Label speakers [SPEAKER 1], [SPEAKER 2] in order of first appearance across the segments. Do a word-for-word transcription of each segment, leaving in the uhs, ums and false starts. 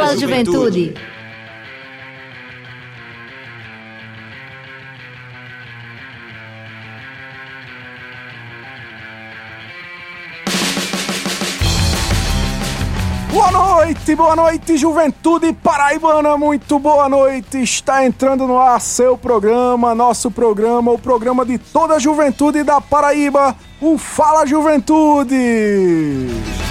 [SPEAKER 1] Fala Juventude.
[SPEAKER 2] Boa noite, boa noite, Juventude Paraibana, muito boa noite. Está entrando no ar seu programa, nosso programa, o programa de toda a juventude da Paraíba, o Fala Juventude. É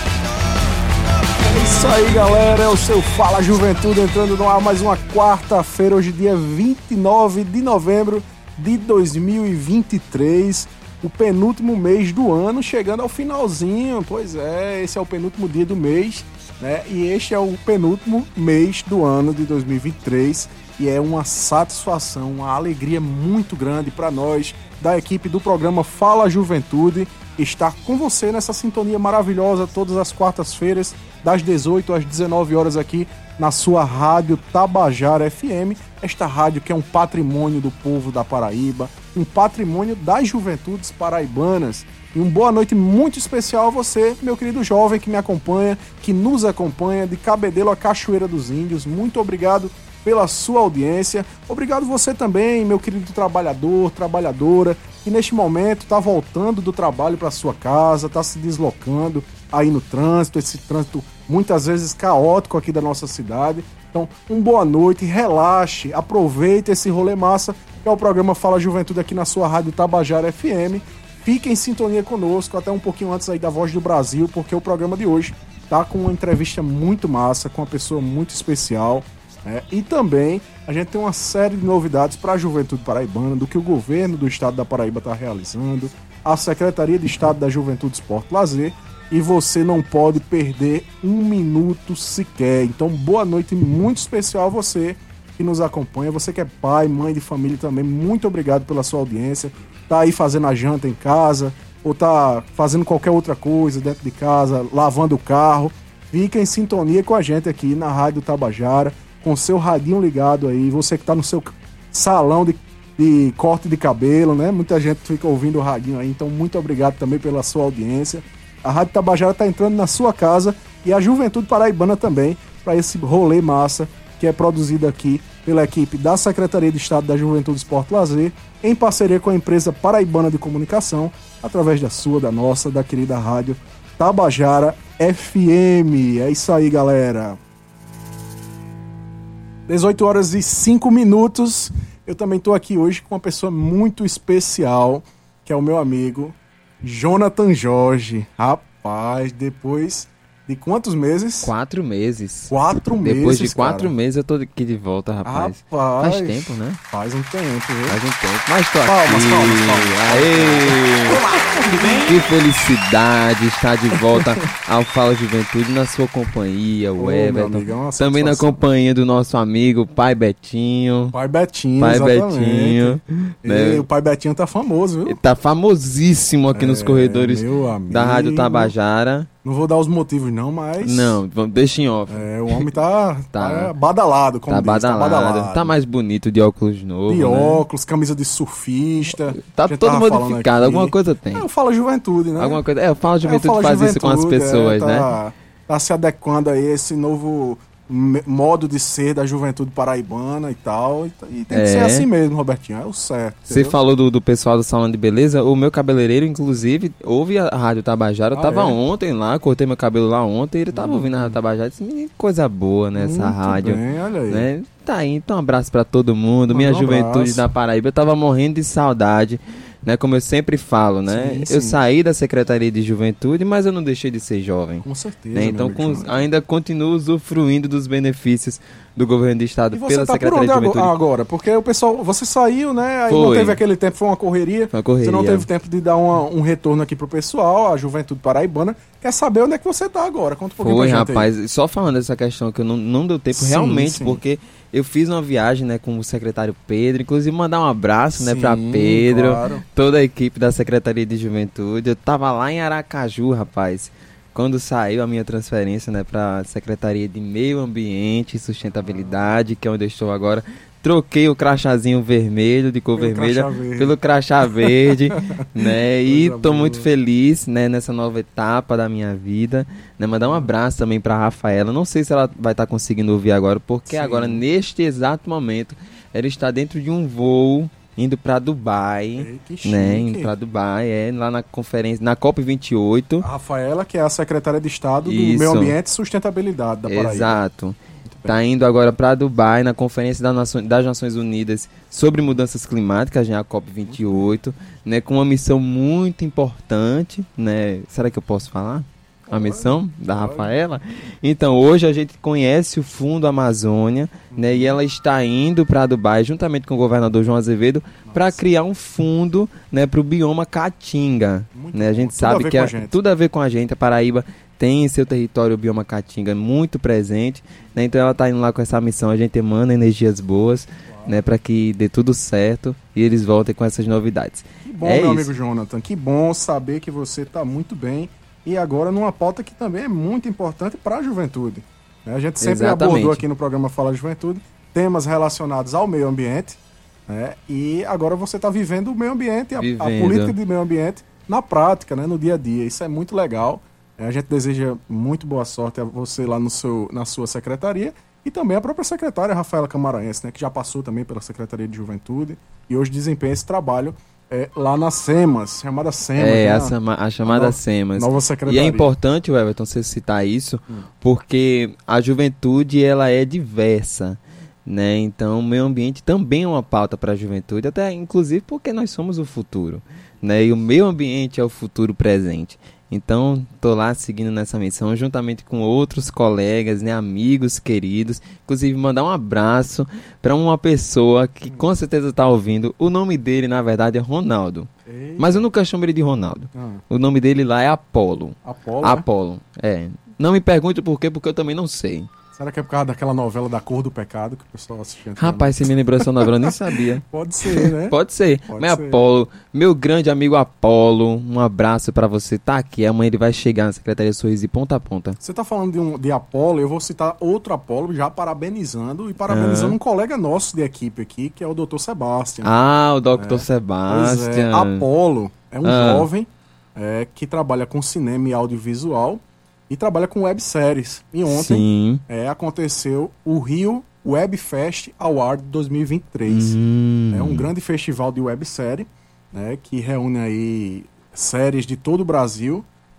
[SPEAKER 2] isso aí, galera, é o seu Fala Juventude entrando no ar mais uma quarta-feira, hoje dia vinte e nove de novembro de dois mil e vinte e três. O penúltimo mês do ano, chegando ao finalzinho, pois é, esse é o penúltimo dia do mês, né? E este é o penúltimo mês do ano de dois mil e vinte e três e é uma satisfação, uma alegria muito grande para nós da equipe do programa Fala Juventude estar com você nessa sintonia maravilhosa todas as quartas-feiras das dezoito às dezenove horas aqui na sua rádio Tabajara F M, esta rádio que é um patrimônio do povo da Paraíba, um patrimônio das juventudes paraibanas. E uma boa noite muito especial a você, meu querido jovem que me acompanha, que nos acompanha de Cabedelo a Cachoeira dos Índios. Muito obrigado pela sua audiência. Obrigado você também, meu querido trabalhador, trabalhadora, que neste momento está voltando do trabalho para sua casa, está se deslocando aí no trânsito, esse trânsito muitas vezes caótico aqui da nossa cidade. Então, uma boa noite, relaxe, aproveite esse rolê massa, que é o programa Fala Juventude aqui na sua rádio Tabajara F M. Fique em sintonia conosco até um pouquinho antes aí da Voz do Brasil, porque o programa de hoje tá com uma entrevista muito massa, com uma pessoa muito especial, né? E também a gente tem uma série de novidades para a juventude paraibana, do que o governo do estado da Paraíba está realizando, a Secretaria de Estado da Juventude, Esporte e Lazer, e você não pode perder um minuto sequer. Então, boa noite muito especial a você que nos acompanha, você que é pai, mãe de família também, muito obrigado pela sua audiência. Tá aí fazendo a janta em casa, ou tá fazendo qualquer outra coisa dentro de casa, lavando o carro, fica em sintonia com a gente aqui na Rádio Tabajara, com o seu radinho ligado aí, você que tá no seu salão de, de corte de cabelo, né? Muita gente fica ouvindo o radinho aí, então muito obrigado também pela sua audiência. A Rádio Tabajara tá entrando na sua casa e a Juventude Paraibana também, para esse rolê massa que é produzido aqui pela equipe da Secretaria de Estado da Juventude, Esporte e Lazer, em parceria com a empresa Paraibana de Comunicação, através da sua, da nossa, da querida rádio Tabajara F M. É isso aí, galera. dezoito horas e cinco minutos. Eu também estou aqui hoje com uma pessoa muito especial, que é o meu amigo Jonathan Jorge. Rapaz, depois de quantos meses?
[SPEAKER 3] Quatro meses.
[SPEAKER 2] Quatro meses,
[SPEAKER 3] Depois de quatro
[SPEAKER 2] cara.
[SPEAKER 3] meses eu tô aqui de volta, rapaz.
[SPEAKER 2] Rapaz.
[SPEAKER 3] Faz tempo, né?
[SPEAKER 2] Faz um tempo, viu?
[SPEAKER 3] Faz um tempo. Mas tô
[SPEAKER 2] Palmas,
[SPEAKER 3] aqui.
[SPEAKER 2] palmas, palmas.
[SPEAKER 3] Aê!
[SPEAKER 2] Olá, tudo bem?
[SPEAKER 3] Que felicidade estar de volta ao Fala Juventude na sua companhia, o
[SPEAKER 2] Ô,
[SPEAKER 3] Everton.
[SPEAKER 2] meu amigo, é uma
[SPEAKER 3] Também na
[SPEAKER 2] satisfação.
[SPEAKER 3] companhia do nosso amigo Pai Betinho.
[SPEAKER 2] Pai Betinho,
[SPEAKER 3] Pai
[SPEAKER 2] exatamente.
[SPEAKER 3] Betinho.
[SPEAKER 2] E
[SPEAKER 3] Né?
[SPEAKER 2] o Pai Betinho tá famoso, viu?
[SPEAKER 3] Ele tá famosíssimo aqui nos
[SPEAKER 2] É,
[SPEAKER 3] corredores
[SPEAKER 2] meu amigo.
[SPEAKER 3] da Rádio Tabajara.
[SPEAKER 2] Não vou dar os motivos não, mas...
[SPEAKER 3] Não, vamos- deixa em off.
[SPEAKER 2] É, o homem tá,
[SPEAKER 3] Tá.
[SPEAKER 2] tá badalado, como
[SPEAKER 3] Tá
[SPEAKER 2] diz,
[SPEAKER 3] badalado.
[SPEAKER 2] tá badalado.
[SPEAKER 3] Tá mais bonito de óculos novo,
[SPEAKER 2] De
[SPEAKER 3] né?
[SPEAKER 2] óculos, camisa de surfista.
[SPEAKER 3] Tá
[SPEAKER 2] A gente
[SPEAKER 3] todo
[SPEAKER 2] tava falando
[SPEAKER 3] modificado,
[SPEAKER 2] aqui.
[SPEAKER 3] alguma coisa tem.
[SPEAKER 2] É, eu falo juventude, né?
[SPEAKER 3] Alguma coisa. É, eu falo
[SPEAKER 2] É, eu
[SPEAKER 3] juventude
[SPEAKER 2] falo
[SPEAKER 3] faz isso com as
[SPEAKER 2] juventude,
[SPEAKER 3] pessoas,
[SPEAKER 2] é,
[SPEAKER 3] né?
[SPEAKER 2] tá, tá se adequando a esse novo me- modo de ser da juventude paraibana e tal. E, t- e tem que
[SPEAKER 3] É.
[SPEAKER 2] ser assim mesmo, Robertinho. É o certo.
[SPEAKER 3] Você
[SPEAKER 2] entendeu?
[SPEAKER 3] falou do, do pessoal do salão de beleza. O meu cabeleireiro, inclusive, ouve a Rádio Tabajara. Eu
[SPEAKER 2] Ah,
[SPEAKER 3] tava
[SPEAKER 2] é?
[SPEAKER 3] ontem lá, cortei meu cabelo lá ontem. Ele tava ouvindo a Rádio Tabajara. Disse, menino, que coisa boa nessa
[SPEAKER 2] Muito
[SPEAKER 3] rádio.
[SPEAKER 2] bem, olha aí.
[SPEAKER 3] Né? Tá aí, então um abraço pra todo mundo.
[SPEAKER 2] Manda
[SPEAKER 3] Minha
[SPEAKER 2] um
[SPEAKER 3] juventude
[SPEAKER 2] abraço.
[SPEAKER 3] da Paraíba. Eu tava morrendo de saudade, né? Como eu sempre falo, né?
[SPEAKER 2] Sim,
[SPEAKER 3] eu
[SPEAKER 2] sim.
[SPEAKER 3] saí da Secretaria de Juventude, mas eu não deixei de ser jovem.
[SPEAKER 2] Com certeza.
[SPEAKER 3] Né?
[SPEAKER 2] meu
[SPEAKER 3] Então
[SPEAKER 2] amigo
[SPEAKER 3] com-
[SPEAKER 2] Jonathan.
[SPEAKER 3] ainda continuo usufruindo dos benefícios do governo do estado
[SPEAKER 2] E você
[SPEAKER 3] pela
[SPEAKER 2] tá por
[SPEAKER 3] Secretaria
[SPEAKER 2] onde
[SPEAKER 3] de
[SPEAKER 2] ago-
[SPEAKER 3] Juventude.
[SPEAKER 2] agora? Porque o pessoal, você saiu, né? Aí não
[SPEAKER 3] Foi.
[SPEAKER 2] teve aquele tempo, foi uma correria.
[SPEAKER 3] Foi uma correria.
[SPEAKER 2] Você não teve tempo de dar uma- um retorno aqui pro pessoal, a juventude paraibana. Quer saber onde é que você tá agora? Conta um pouquinho
[SPEAKER 3] Foi,
[SPEAKER 2] pra gente aí.
[SPEAKER 3] rapaz, só falando dessa questão que eu não, não deu tempo
[SPEAKER 2] Sim,
[SPEAKER 3] realmente,
[SPEAKER 2] sim.
[SPEAKER 3] porque eu fiz uma viagem, né, com o secretário Pedro, inclusive mandar um abraço, né,
[SPEAKER 2] Sim,
[SPEAKER 3] pra Pedro,
[SPEAKER 2] claro.
[SPEAKER 3] toda a equipe da Secretaria de Juventude. Eu tava lá em Aracaju, rapaz, quando saiu a minha transferência, né, pra Secretaria de Meio Ambiente e Sustentabilidade, que é onde eu estou agora. troquei o crachazinho vermelho, de cor
[SPEAKER 2] Pelo
[SPEAKER 3] vermelha,
[SPEAKER 2] crachá verde.
[SPEAKER 3] pelo crachá verde, né? E
[SPEAKER 2] Coisa
[SPEAKER 3] tô
[SPEAKER 2] boa.
[SPEAKER 3] muito feliz, né, nessa nova etapa da minha vida, né? Mandar um abraço também pra Rafaela. Não sei se ela vai estar conseguindo ouvir agora, porque
[SPEAKER 2] Sim.
[SPEAKER 3] agora, neste exato momento, ela está dentro de um voo indo pra Dubai,
[SPEAKER 2] Ei, que chique.
[SPEAKER 3] né? Indo pra Dubai, é, lá na conferência, na COP vinte e oito.
[SPEAKER 2] A Rafaela, que é a secretária de Estado do
[SPEAKER 3] Isso.
[SPEAKER 2] Meio Ambiente e Sustentabilidade da Paraíba.
[SPEAKER 3] Exato.
[SPEAKER 2] Muito bem.
[SPEAKER 3] Está indo agora para Dubai, na Conferência das Nações, das Nações Unidas sobre Mudanças Climáticas, já a COP vinte e oito, né, com uma missão muito importante, né? Será que eu posso falar? A missão da Rafaela? Então, hoje a gente conhece o Fundo Amazônia, né, e ela está indo para Dubai, juntamente com o governador João Azevedo, para criar um fundo, né, para o bioma Caatinga.
[SPEAKER 2] Muito
[SPEAKER 3] Né? A
[SPEAKER 2] bom.
[SPEAKER 3] gente
[SPEAKER 2] Tudo
[SPEAKER 3] sabe
[SPEAKER 2] a ver
[SPEAKER 3] que
[SPEAKER 2] com a
[SPEAKER 3] é
[SPEAKER 2] gente.
[SPEAKER 3] tudo a ver com a gente. A Paraíba tem em seu território o bioma Caatinga muito presente, né? Então ela está indo lá com essa missão. A gente emana energias boas, né, para que dê tudo certo e eles voltem com essas novidades.
[SPEAKER 2] Que bom,
[SPEAKER 3] É
[SPEAKER 2] meu
[SPEAKER 3] isso.
[SPEAKER 2] amigo Jonathan. Que bom saber que você está muito bem. E agora numa pauta que também é muito importante para a juventude. né? A gente sempre
[SPEAKER 3] Exatamente.
[SPEAKER 2] abordou aqui no programa Fala Juventude temas relacionados ao meio ambiente. né? E agora você está vivendo o meio ambiente, a, a
[SPEAKER 3] Vivendo.
[SPEAKER 2] política de meio ambiente na prática, né? no dia a dia. Isso é muito legal. A gente deseja muito boa sorte a você lá no seu, na sua secretaria e também a própria secretária Rafaela Camaraense, né, que já passou também pela Secretaria de Juventude e hoje desempenha esse trabalho é, lá na SEMAS, chamada SEMAS.
[SPEAKER 3] É,
[SPEAKER 2] né?
[SPEAKER 3] a, sama- a chamada
[SPEAKER 2] A no-
[SPEAKER 3] SEMAS.
[SPEAKER 2] Nova
[SPEAKER 3] E
[SPEAKER 2] secretaria.
[SPEAKER 3] é importante, Everton, você citar isso,
[SPEAKER 2] Hum.
[SPEAKER 3] porque a juventude ela é diversa, né? Então, o meio ambiente também é uma pauta para a juventude, até inclusive porque nós somos o futuro, né? E o meio ambiente é o futuro presente. Então, tô lá seguindo nessa missão, juntamente com outros colegas, né, amigos queridos. Inclusive, mandar um abraço para uma pessoa que com certeza tá ouvindo. O nome dele, na verdade, é Ronaldo.
[SPEAKER 2] Eita.
[SPEAKER 3] Mas eu nunca chamo ele de Ronaldo.
[SPEAKER 2] Ah,
[SPEAKER 3] O nome dele lá é Apolo.
[SPEAKER 2] Apolo, né?
[SPEAKER 3] Apolo, é. Não me pergunte por quê, porque eu também não sei.
[SPEAKER 2] Será que é por causa daquela novela da Cor do Pecado que o pessoal assistia? antigamente?
[SPEAKER 3] Rapaz, você me lembrou essa novela, eu nem sabia.
[SPEAKER 2] Pode ser, né?
[SPEAKER 3] Pode ser.
[SPEAKER 2] Pode
[SPEAKER 3] Mas
[SPEAKER 2] ser.
[SPEAKER 3] Apolo, meu grande amigo Apolo, um abraço pra você. Tá aqui, amanhã ele vai chegar na Secretaria de Sorriso de ponta a ponta.
[SPEAKER 2] Você tá falando de, um, de Apolo, eu vou citar outro Apolo, já parabenizando, e parabenizando
[SPEAKER 3] Ah.
[SPEAKER 2] um colega nosso de equipe aqui, que é o doutor Sebastião.
[SPEAKER 3] Ah, o doutor
[SPEAKER 2] Pois é.
[SPEAKER 3] Sebastian.
[SPEAKER 2] Apolo é um
[SPEAKER 3] Ah.
[SPEAKER 2] jovem é, que trabalha com cinema e audiovisual e trabalha com webséries. E ontem
[SPEAKER 3] Sim.
[SPEAKER 2] é, aconteceu o Rio Web Fest Award dois mil e vinte e três.
[SPEAKER 3] Hum.
[SPEAKER 2] É um grande festival de websérie, né, que reúne aí séries de todo o Brasil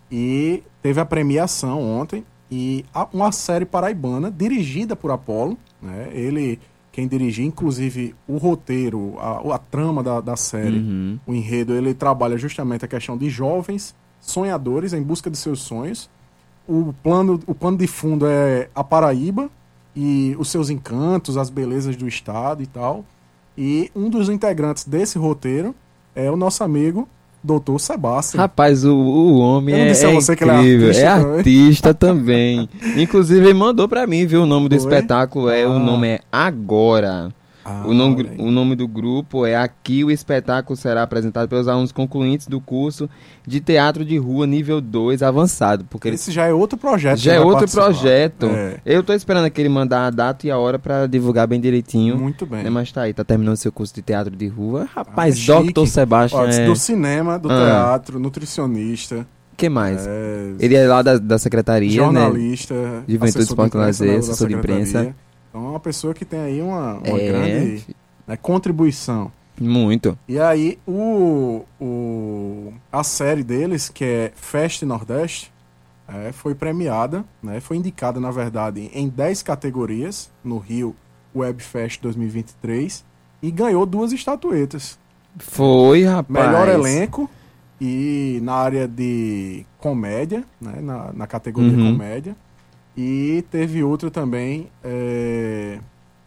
[SPEAKER 2] e teve a premiação ontem e a- uma série paraibana dirigida por Apolo, né, ele quem dirigiu, inclusive o roteiro, a, a trama da, da série,
[SPEAKER 3] Uhum.
[SPEAKER 2] o enredo, ele trabalha justamente a questão de jovens sonhadores em busca de seus sonhos. O plano, o plano de fundo é a Paraíba e os seus encantos, as belezas do estado e tal. E um dos integrantes desse roteiro é o nosso amigo doutor Sebastião.
[SPEAKER 3] Rapaz, o, o homem
[SPEAKER 2] Eu não
[SPEAKER 3] é,
[SPEAKER 2] disse a
[SPEAKER 3] é
[SPEAKER 2] você que ele é
[SPEAKER 3] incrível,
[SPEAKER 2] artista
[SPEAKER 3] é
[SPEAKER 2] também?
[SPEAKER 3] artista também. Inclusive, ele mandou pra mim, viu? O nome do
[SPEAKER 2] Foi?
[SPEAKER 3] espetáculo é,
[SPEAKER 2] Ah.
[SPEAKER 3] o nome é Agora.
[SPEAKER 2] Ah,
[SPEAKER 3] O nome,
[SPEAKER 2] olha aí.
[SPEAKER 3] o nome do grupo é Aqui o espetáculo será apresentado pelos alunos concluintes do curso de Teatro de Rua nível dois avançado, porque ele
[SPEAKER 2] Esse já é outro projeto.
[SPEAKER 3] já
[SPEAKER 2] que
[SPEAKER 3] é
[SPEAKER 2] vai
[SPEAKER 3] outro
[SPEAKER 2] participar.
[SPEAKER 3] projeto.
[SPEAKER 2] É,
[SPEAKER 3] Eu tô esperando que ele mandar a data e a hora pra divulgar bem direitinho.
[SPEAKER 2] muito bem.
[SPEAKER 3] Né, mas tá aí, tá terminando seu curso de teatro de rua. Rapaz,
[SPEAKER 2] Ah, chique.
[SPEAKER 3] doutor Sebastião
[SPEAKER 2] Ó,
[SPEAKER 3] é...
[SPEAKER 2] Do cinema, do
[SPEAKER 3] Ah.
[SPEAKER 2] teatro, nutricionista,
[SPEAKER 3] que mais?
[SPEAKER 2] é,
[SPEAKER 3] Ele é lá da, da secretaria, né?
[SPEAKER 2] jornalista,
[SPEAKER 3] Juventude,
[SPEAKER 2] assessor de
[SPEAKER 3] Esporte e
[SPEAKER 2] imprensa,
[SPEAKER 3] Lazer,
[SPEAKER 2] né, da
[SPEAKER 3] assessor de imprensa.
[SPEAKER 2] secretaria. Então é uma pessoa que tem aí uma, uma
[SPEAKER 3] É,
[SPEAKER 2] grande né, contribuição.
[SPEAKER 3] muito.
[SPEAKER 2] E aí o, o, a série deles, que é Fest Nordeste, é, foi premiada, né, foi indicada, na verdade, em dez categorias no Rio Web Fest dois mil e vinte e três e ganhou duas estatuetas.
[SPEAKER 3] Foi, rapaz.
[SPEAKER 2] Melhor elenco e na área de comédia, né, na, na categoria
[SPEAKER 3] Uhum.
[SPEAKER 2] comédia. E teve outra também, é,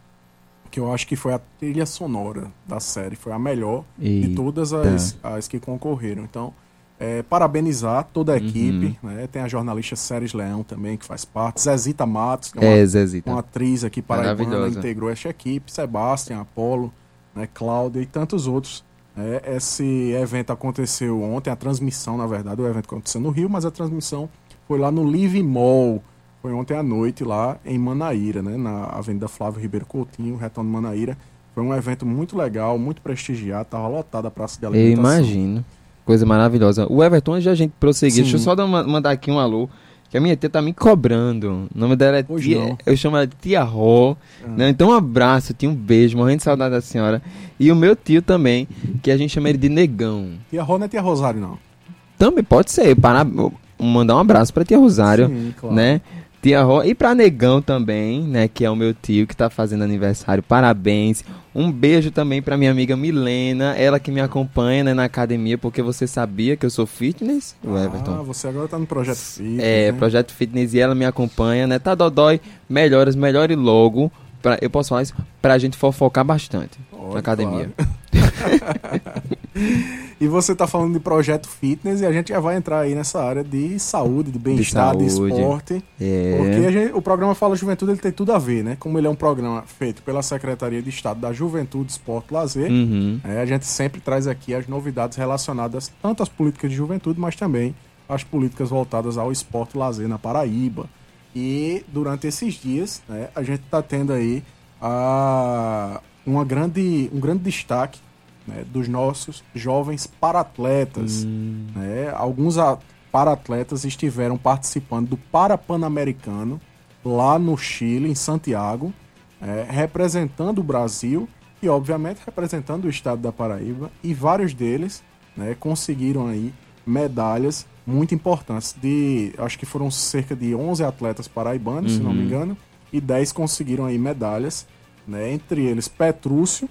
[SPEAKER 2] que eu acho que foi a trilha sonora da série, foi a melhor de
[SPEAKER 3] Eita.
[SPEAKER 2] todas as, as que concorreram. Então, é, parabenizar toda a
[SPEAKER 3] Uhum.
[SPEAKER 2] equipe, né? Tem a jornalista Séries Leão também, que faz parte, Zezita Matos, que é uma,
[SPEAKER 3] É, Zezita.
[SPEAKER 2] uma atriz aqui paraibana,
[SPEAKER 3] Maravilhosa.
[SPEAKER 2] integrou essa equipe, Sebastião, Apolo, né, Cláudia e tantos outros. né? Esse evento aconteceu ontem, a transmissão, na verdade, o evento aconteceu no Rio, mas a transmissão foi lá no Live Mall, foi ontem à noite lá em Manaíra, né, na Avenida Flávio Ribeiro Coutinho, Retorno Manaíra. Foi um evento muito legal, muito prestigiado, estava lotada a praça de
[SPEAKER 3] Eu
[SPEAKER 2] alimentação.
[SPEAKER 3] imagino. Coisa maravilhosa. O Everton, antes de a gente prosseguir,
[SPEAKER 2] Sim.
[SPEAKER 3] deixa eu só dar uma- mandar aqui um alô, que a minha tia tá me cobrando. O nome dela é
[SPEAKER 2] Pois
[SPEAKER 3] tia,
[SPEAKER 2] não.
[SPEAKER 3] eu chamo ela de Tia Ró.
[SPEAKER 2] Ah.
[SPEAKER 3] Né? Então um abraço, tia, um beijo, morrendo de saudade da senhora. E o meu tio também, que a gente chama ele de Negão.
[SPEAKER 2] Tia Rô não é tia Rosário, não.
[SPEAKER 3] Também pode ser, para mandar um abraço pra tia Rosário,
[SPEAKER 2] Sim, claro.
[SPEAKER 3] né? Tia Ró e pra Negão também, né, que é o meu tio que tá fazendo aniversário. Parabéns. Um beijo também pra minha amiga Milena, ela que me acompanha, né, na academia, porque você sabia que eu sou fitness, o
[SPEAKER 2] Ah,
[SPEAKER 3] Everton.
[SPEAKER 2] você agora tá no Projeto Fitness,
[SPEAKER 3] É,
[SPEAKER 2] né?
[SPEAKER 3] Projeto Fitness, e ela me acompanha, né? Tá dodói, melhoras, melhore logo. Pra, eu posso falar isso pra gente fofocar bastante
[SPEAKER 2] Pode,
[SPEAKER 3] na academia.
[SPEAKER 2] E você tá falando de Projeto Fitness e a gente já vai entrar aí nessa área de saúde, de bem-estar, de,
[SPEAKER 3] saúde.
[SPEAKER 2] esporte.
[SPEAKER 3] É.
[SPEAKER 2] Porque a gente- o programa Fala Juventude ele tem tudo a ver, né? Como ele é um programa feito pela Secretaria de Estado da Juventude, Esporte e Lazer,
[SPEAKER 3] Uhum.
[SPEAKER 2] é, a gente sempre traz aqui as novidades relacionadas tanto às políticas de juventude, mas também às políticas voltadas ao esporte e lazer na Paraíba. E durante esses dias, né, a gente está tendo aí a, uma grande, um grande destaque, né, dos nossos jovens paratletas.
[SPEAKER 3] Hum.
[SPEAKER 2] Né? Alguns a- paratletas estiveram participando do Parapanamericano lá no Chile, em Santiago, é, representando o Brasil e, obviamente, representando o estado da Paraíba. E vários deles, né, conseguiram aí medalhas muito importantes. De, acho que foram cerca de onze atletas paraibanos, se não me
[SPEAKER 3] Uhum.
[SPEAKER 2] engano, e dez conseguiram aí medalhas, né, entre eles Petrúcio,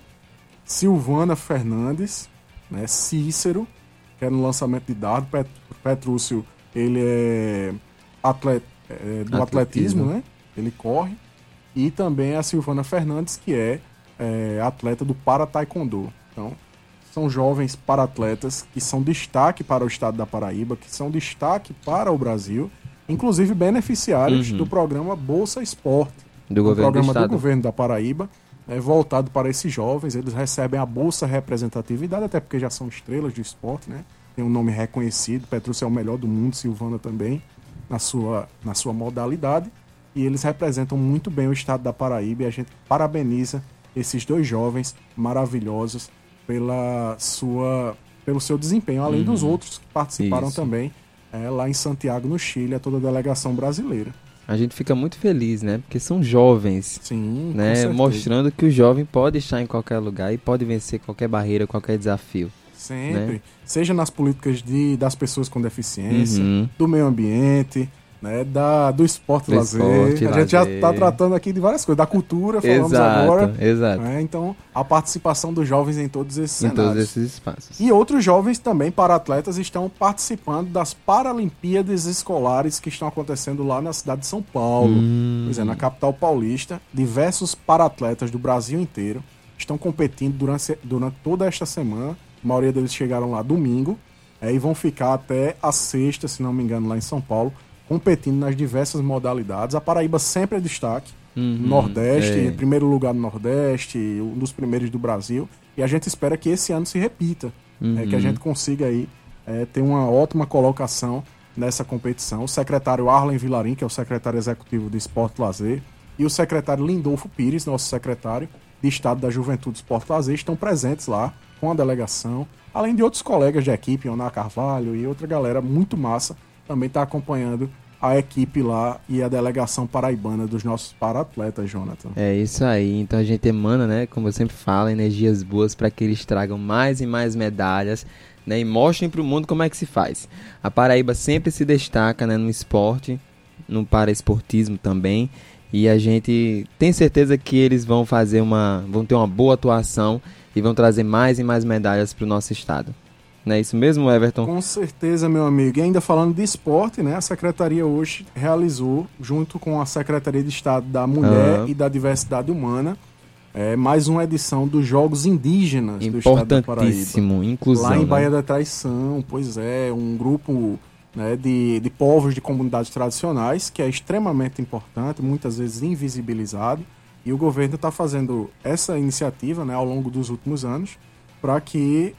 [SPEAKER 2] Silvana Fernandes, né, Cícero, que é no lançamento de dardo. Pet- Petrúcio, ele é atleta, é, do atletismo,
[SPEAKER 3] Atletismo.
[SPEAKER 2] né? Ele corre. E também a Silvana Fernandes, que é, é atleta do para-taekwondo. Então, são jovens para-atletas que são destaque para o estado da Paraíba, que são destaque para o Brasil, inclusive beneficiários
[SPEAKER 3] Uhum.
[SPEAKER 2] do programa Bolsa Esporte,
[SPEAKER 3] Do
[SPEAKER 2] um
[SPEAKER 3] governo do
[SPEAKER 2] programa do
[SPEAKER 3] estado.
[SPEAKER 2] governo da Paraíba, é voltado para esses jovens. Eles recebem a Bolsa Representatividade, até porque já são estrelas do esporte, né? Tem um nome reconhecido. Petrúcio é o melhor do mundo, Silvana também, na sua, na sua modalidade. E eles representam muito bem o estado da Paraíba e a gente parabeniza esses dois jovens maravilhosos pela sua, pelo seu desempenho, além dos
[SPEAKER 3] Uhum.
[SPEAKER 2] outros que participaram
[SPEAKER 3] Isso.
[SPEAKER 2] também é, lá em Santiago, no Chile, a toda a delegação brasileira.
[SPEAKER 3] A gente fica muito feliz, né? Porque são jovens,
[SPEAKER 2] Sim, com
[SPEAKER 3] né?
[SPEAKER 2] certeza.
[SPEAKER 3] Mostrando que o jovem pode estar em qualquer lugar e pode vencer qualquer barreira, qualquer desafio.
[SPEAKER 2] Sempre.
[SPEAKER 3] né?
[SPEAKER 2] Seja nas políticas de, das pessoas com deficiência,
[SPEAKER 3] Uhum.
[SPEAKER 2] do meio ambiente, né, da, do esporte e
[SPEAKER 3] Do
[SPEAKER 2] lazer.
[SPEAKER 3] esporte e
[SPEAKER 2] a gente já
[SPEAKER 3] lazer.
[SPEAKER 2] está tratando aqui de várias coisas. Da cultura, falamos
[SPEAKER 3] Exato,
[SPEAKER 2] agora.
[SPEAKER 3] exato.
[SPEAKER 2] Né, então, a participação dos jovens em todos esses
[SPEAKER 3] Em
[SPEAKER 2] cenários.
[SPEAKER 3] todos esses espaços.
[SPEAKER 2] E outros jovens também, para-atletas, estão participando das Paralimpíadas Escolares que estão acontecendo lá na cidade de São Paulo.
[SPEAKER 3] Hum.
[SPEAKER 2] Pois é, na capital paulista, diversos para-atletas do Brasil inteiro estão competindo durante, durante toda esta semana. A maioria deles chegaram lá domingo, é, e vão ficar até a sexta, se não me engano, lá em São Paulo, competindo nas diversas modalidades. A Paraíba sempre é destaque.
[SPEAKER 3] Uhum,
[SPEAKER 2] Nordeste,
[SPEAKER 3] é.
[SPEAKER 2] em primeiro lugar no Nordeste, um dos primeiros do Brasil. E a gente espera que esse ano se repita,
[SPEAKER 3] Uhum.
[SPEAKER 2] é, que a gente consiga aí é, ter uma ótima colocação nessa competição. O secretário Arlen Vilarim, que é o secretário executivo de Esporte e Lazer, e o secretário Lindolfo Pires, nosso secretário de Estado da Juventude, Esporte e Lazer, estão presentes lá com a delegação, além de outros colegas de equipe, Oná Carvalho e outra galera muito massa, também está acompanhando a equipe lá e a delegação paraibana dos nossos para-atletas, Jonathan.
[SPEAKER 3] É isso aí, então a gente emana, né, como eu sempre falo, energias boas para que eles tragam mais e mais medalhas, né, e mostrem para o mundo como é que se faz. A Paraíba sempre se destaca, né, no esporte, no paraesportismo também, e a gente tem certeza que eles vão fazer uma, vão ter uma boa atuação e vão trazer mais e mais medalhas para o nosso estado. Não é isso mesmo, Everton?
[SPEAKER 2] Com certeza, meu amigo. E ainda falando de esporte, né? A Secretaria hoje realizou, junto com a Secretaria de Estado da Mulher
[SPEAKER 3] Ah.
[SPEAKER 2] e da Diversidade Humana, é, mais uma edição dos Jogos Indígenas do Estado da Paraíba.
[SPEAKER 3] Importantíssimo, inclusão.
[SPEAKER 2] Lá em
[SPEAKER 3] né?
[SPEAKER 2] Baía da Traição, pois é, um grupo, né, de, de povos de comunidades tradicionais que é extremamente importante, muitas vezes invisibilizado, e o governo está fazendo essa iniciativa, né, ao longo dos últimos anos para que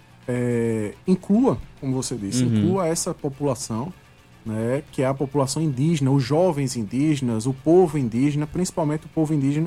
[SPEAKER 2] é, inclua, como você disse,
[SPEAKER 3] Uhum.
[SPEAKER 2] inclua essa população, né, que é a população indígena, os jovens indígenas, o povo indígena, principalmente o povo indígena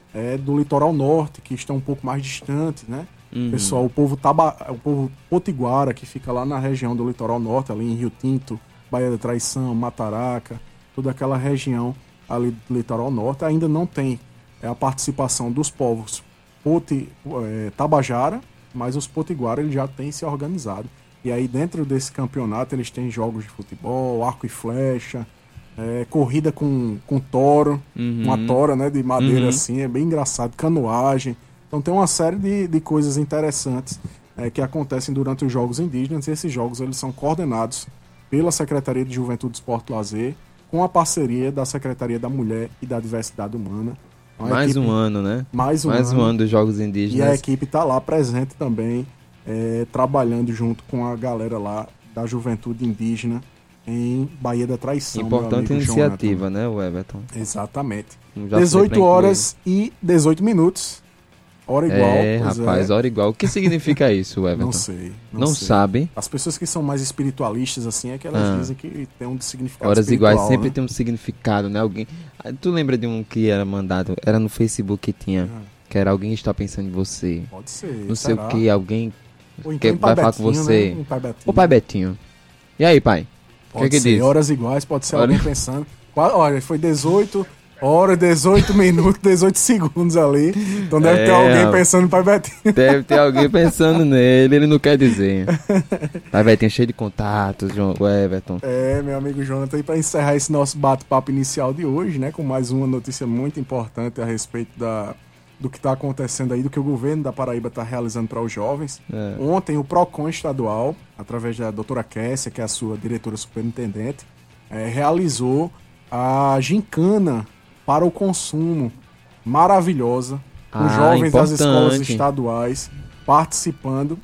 [SPEAKER 2] é, do litoral norte, que estão um pouco mais distantes, né?
[SPEAKER 3] Uhum.
[SPEAKER 2] Pessoal, o povo, taba, o povo potiguara, que fica lá na região do litoral norte, ali em Rio Tinto, Baía da Traição, Mataraca, toda aquela região ali do litoral norte, ainda não tem é, a participação dos povos poti, é, tabajara, mas os potiguara eles já têm se organizado. E aí dentro desse campeonato eles têm jogos de futebol, arco e flecha, é, corrida com, com toro,
[SPEAKER 3] Uhum.
[SPEAKER 2] uma tora, né, de madeira
[SPEAKER 3] Uhum.
[SPEAKER 2] assim, é bem engraçado, canoagem. Então tem uma série de, de coisas interessantes é, que acontecem durante os Jogos Indígenas, e esses jogos eles são coordenados pela Secretaria de Juventude, Esporte e Lazer, com a parceria da Secretaria da Mulher e da Diversidade Humana. Uma
[SPEAKER 3] Mais
[SPEAKER 2] equipe,
[SPEAKER 3] um ano, né?
[SPEAKER 2] Mais um
[SPEAKER 3] Mais
[SPEAKER 2] ano.
[SPEAKER 3] um ano dos Jogos
[SPEAKER 2] E a
[SPEAKER 3] Indígenas.
[SPEAKER 2] equipe está lá presente também, é, trabalhando junto com a galera lá da Juventude Indígena em Baía da Traição.
[SPEAKER 3] Importante
[SPEAKER 2] meu amigo
[SPEAKER 3] iniciativa,
[SPEAKER 2] Jonathan.
[SPEAKER 3] né, o Everton?
[SPEAKER 2] Exatamente.
[SPEAKER 3] Já foi pra
[SPEAKER 2] dezoito
[SPEAKER 3] incluir.
[SPEAKER 2] horas e dezoito minutos. Hora igual.
[SPEAKER 3] É,
[SPEAKER 2] pois
[SPEAKER 3] rapaz,
[SPEAKER 2] é.
[SPEAKER 3] hora igual. O que significa isso, Everton?
[SPEAKER 2] Não sei. Não,
[SPEAKER 3] Não
[SPEAKER 2] sei.
[SPEAKER 3] sabe.
[SPEAKER 2] As pessoas que são mais espiritualistas, assim, é que elas
[SPEAKER 3] Ah.
[SPEAKER 2] dizem que tem um significado
[SPEAKER 3] Horas
[SPEAKER 2] espiritual,
[SPEAKER 3] iguais sempre
[SPEAKER 2] né?
[SPEAKER 3] tem um significado, né? Alguém. Ah, tu lembra de um que era mandado? Era no Facebook que tinha.
[SPEAKER 2] Ah,
[SPEAKER 3] Que era alguém está pensando em você.
[SPEAKER 2] pode ser.
[SPEAKER 3] Não sei
[SPEAKER 2] será?
[SPEAKER 3] o que, alguém.
[SPEAKER 2] Ou então
[SPEAKER 3] que
[SPEAKER 2] em Pai
[SPEAKER 3] vai falar com
[SPEAKER 2] Betinho,
[SPEAKER 3] você.
[SPEAKER 2] Né? Em Pai Betinho.
[SPEAKER 3] Ô pai Betinho. E aí, pai? O
[SPEAKER 2] Pode
[SPEAKER 3] que que
[SPEAKER 2] ser
[SPEAKER 3] diz?
[SPEAKER 2] horas iguais, pode ser
[SPEAKER 3] Olha-
[SPEAKER 2] alguém pensando. Qua- Olha, foi dezoito horas, dezoito minutos, dezoito segundos ali. Então deve
[SPEAKER 3] É,
[SPEAKER 2] ter alguém
[SPEAKER 3] rapaz.
[SPEAKER 2] pensando em Pai Betinho.
[SPEAKER 3] Deve ter alguém pensando nele, ele não quer dizer. Pai Betinho cheio de contatos, João, o Everton.
[SPEAKER 2] É, meu amigo Jonathan, e para encerrar esse nosso bate-papo inicial de hoje, né, com mais uma notícia muito importante a respeito da, do que está acontecendo aí, do que o governo da Paraíba está realizando para os jovens.
[SPEAKER 3] É.
[SPEAKER 2] Ontem, o PROCON estadual, através da doutora Kessia, que é a sua diretora superintendente, é, realizou a gincana para o consumo maravilhosa, com
[SPEAKER 3] Ah,
[SPEAKER 2] jovens das escolas
[SPEAKER 3] importante.
[SPEAKER 2] estaduais participando.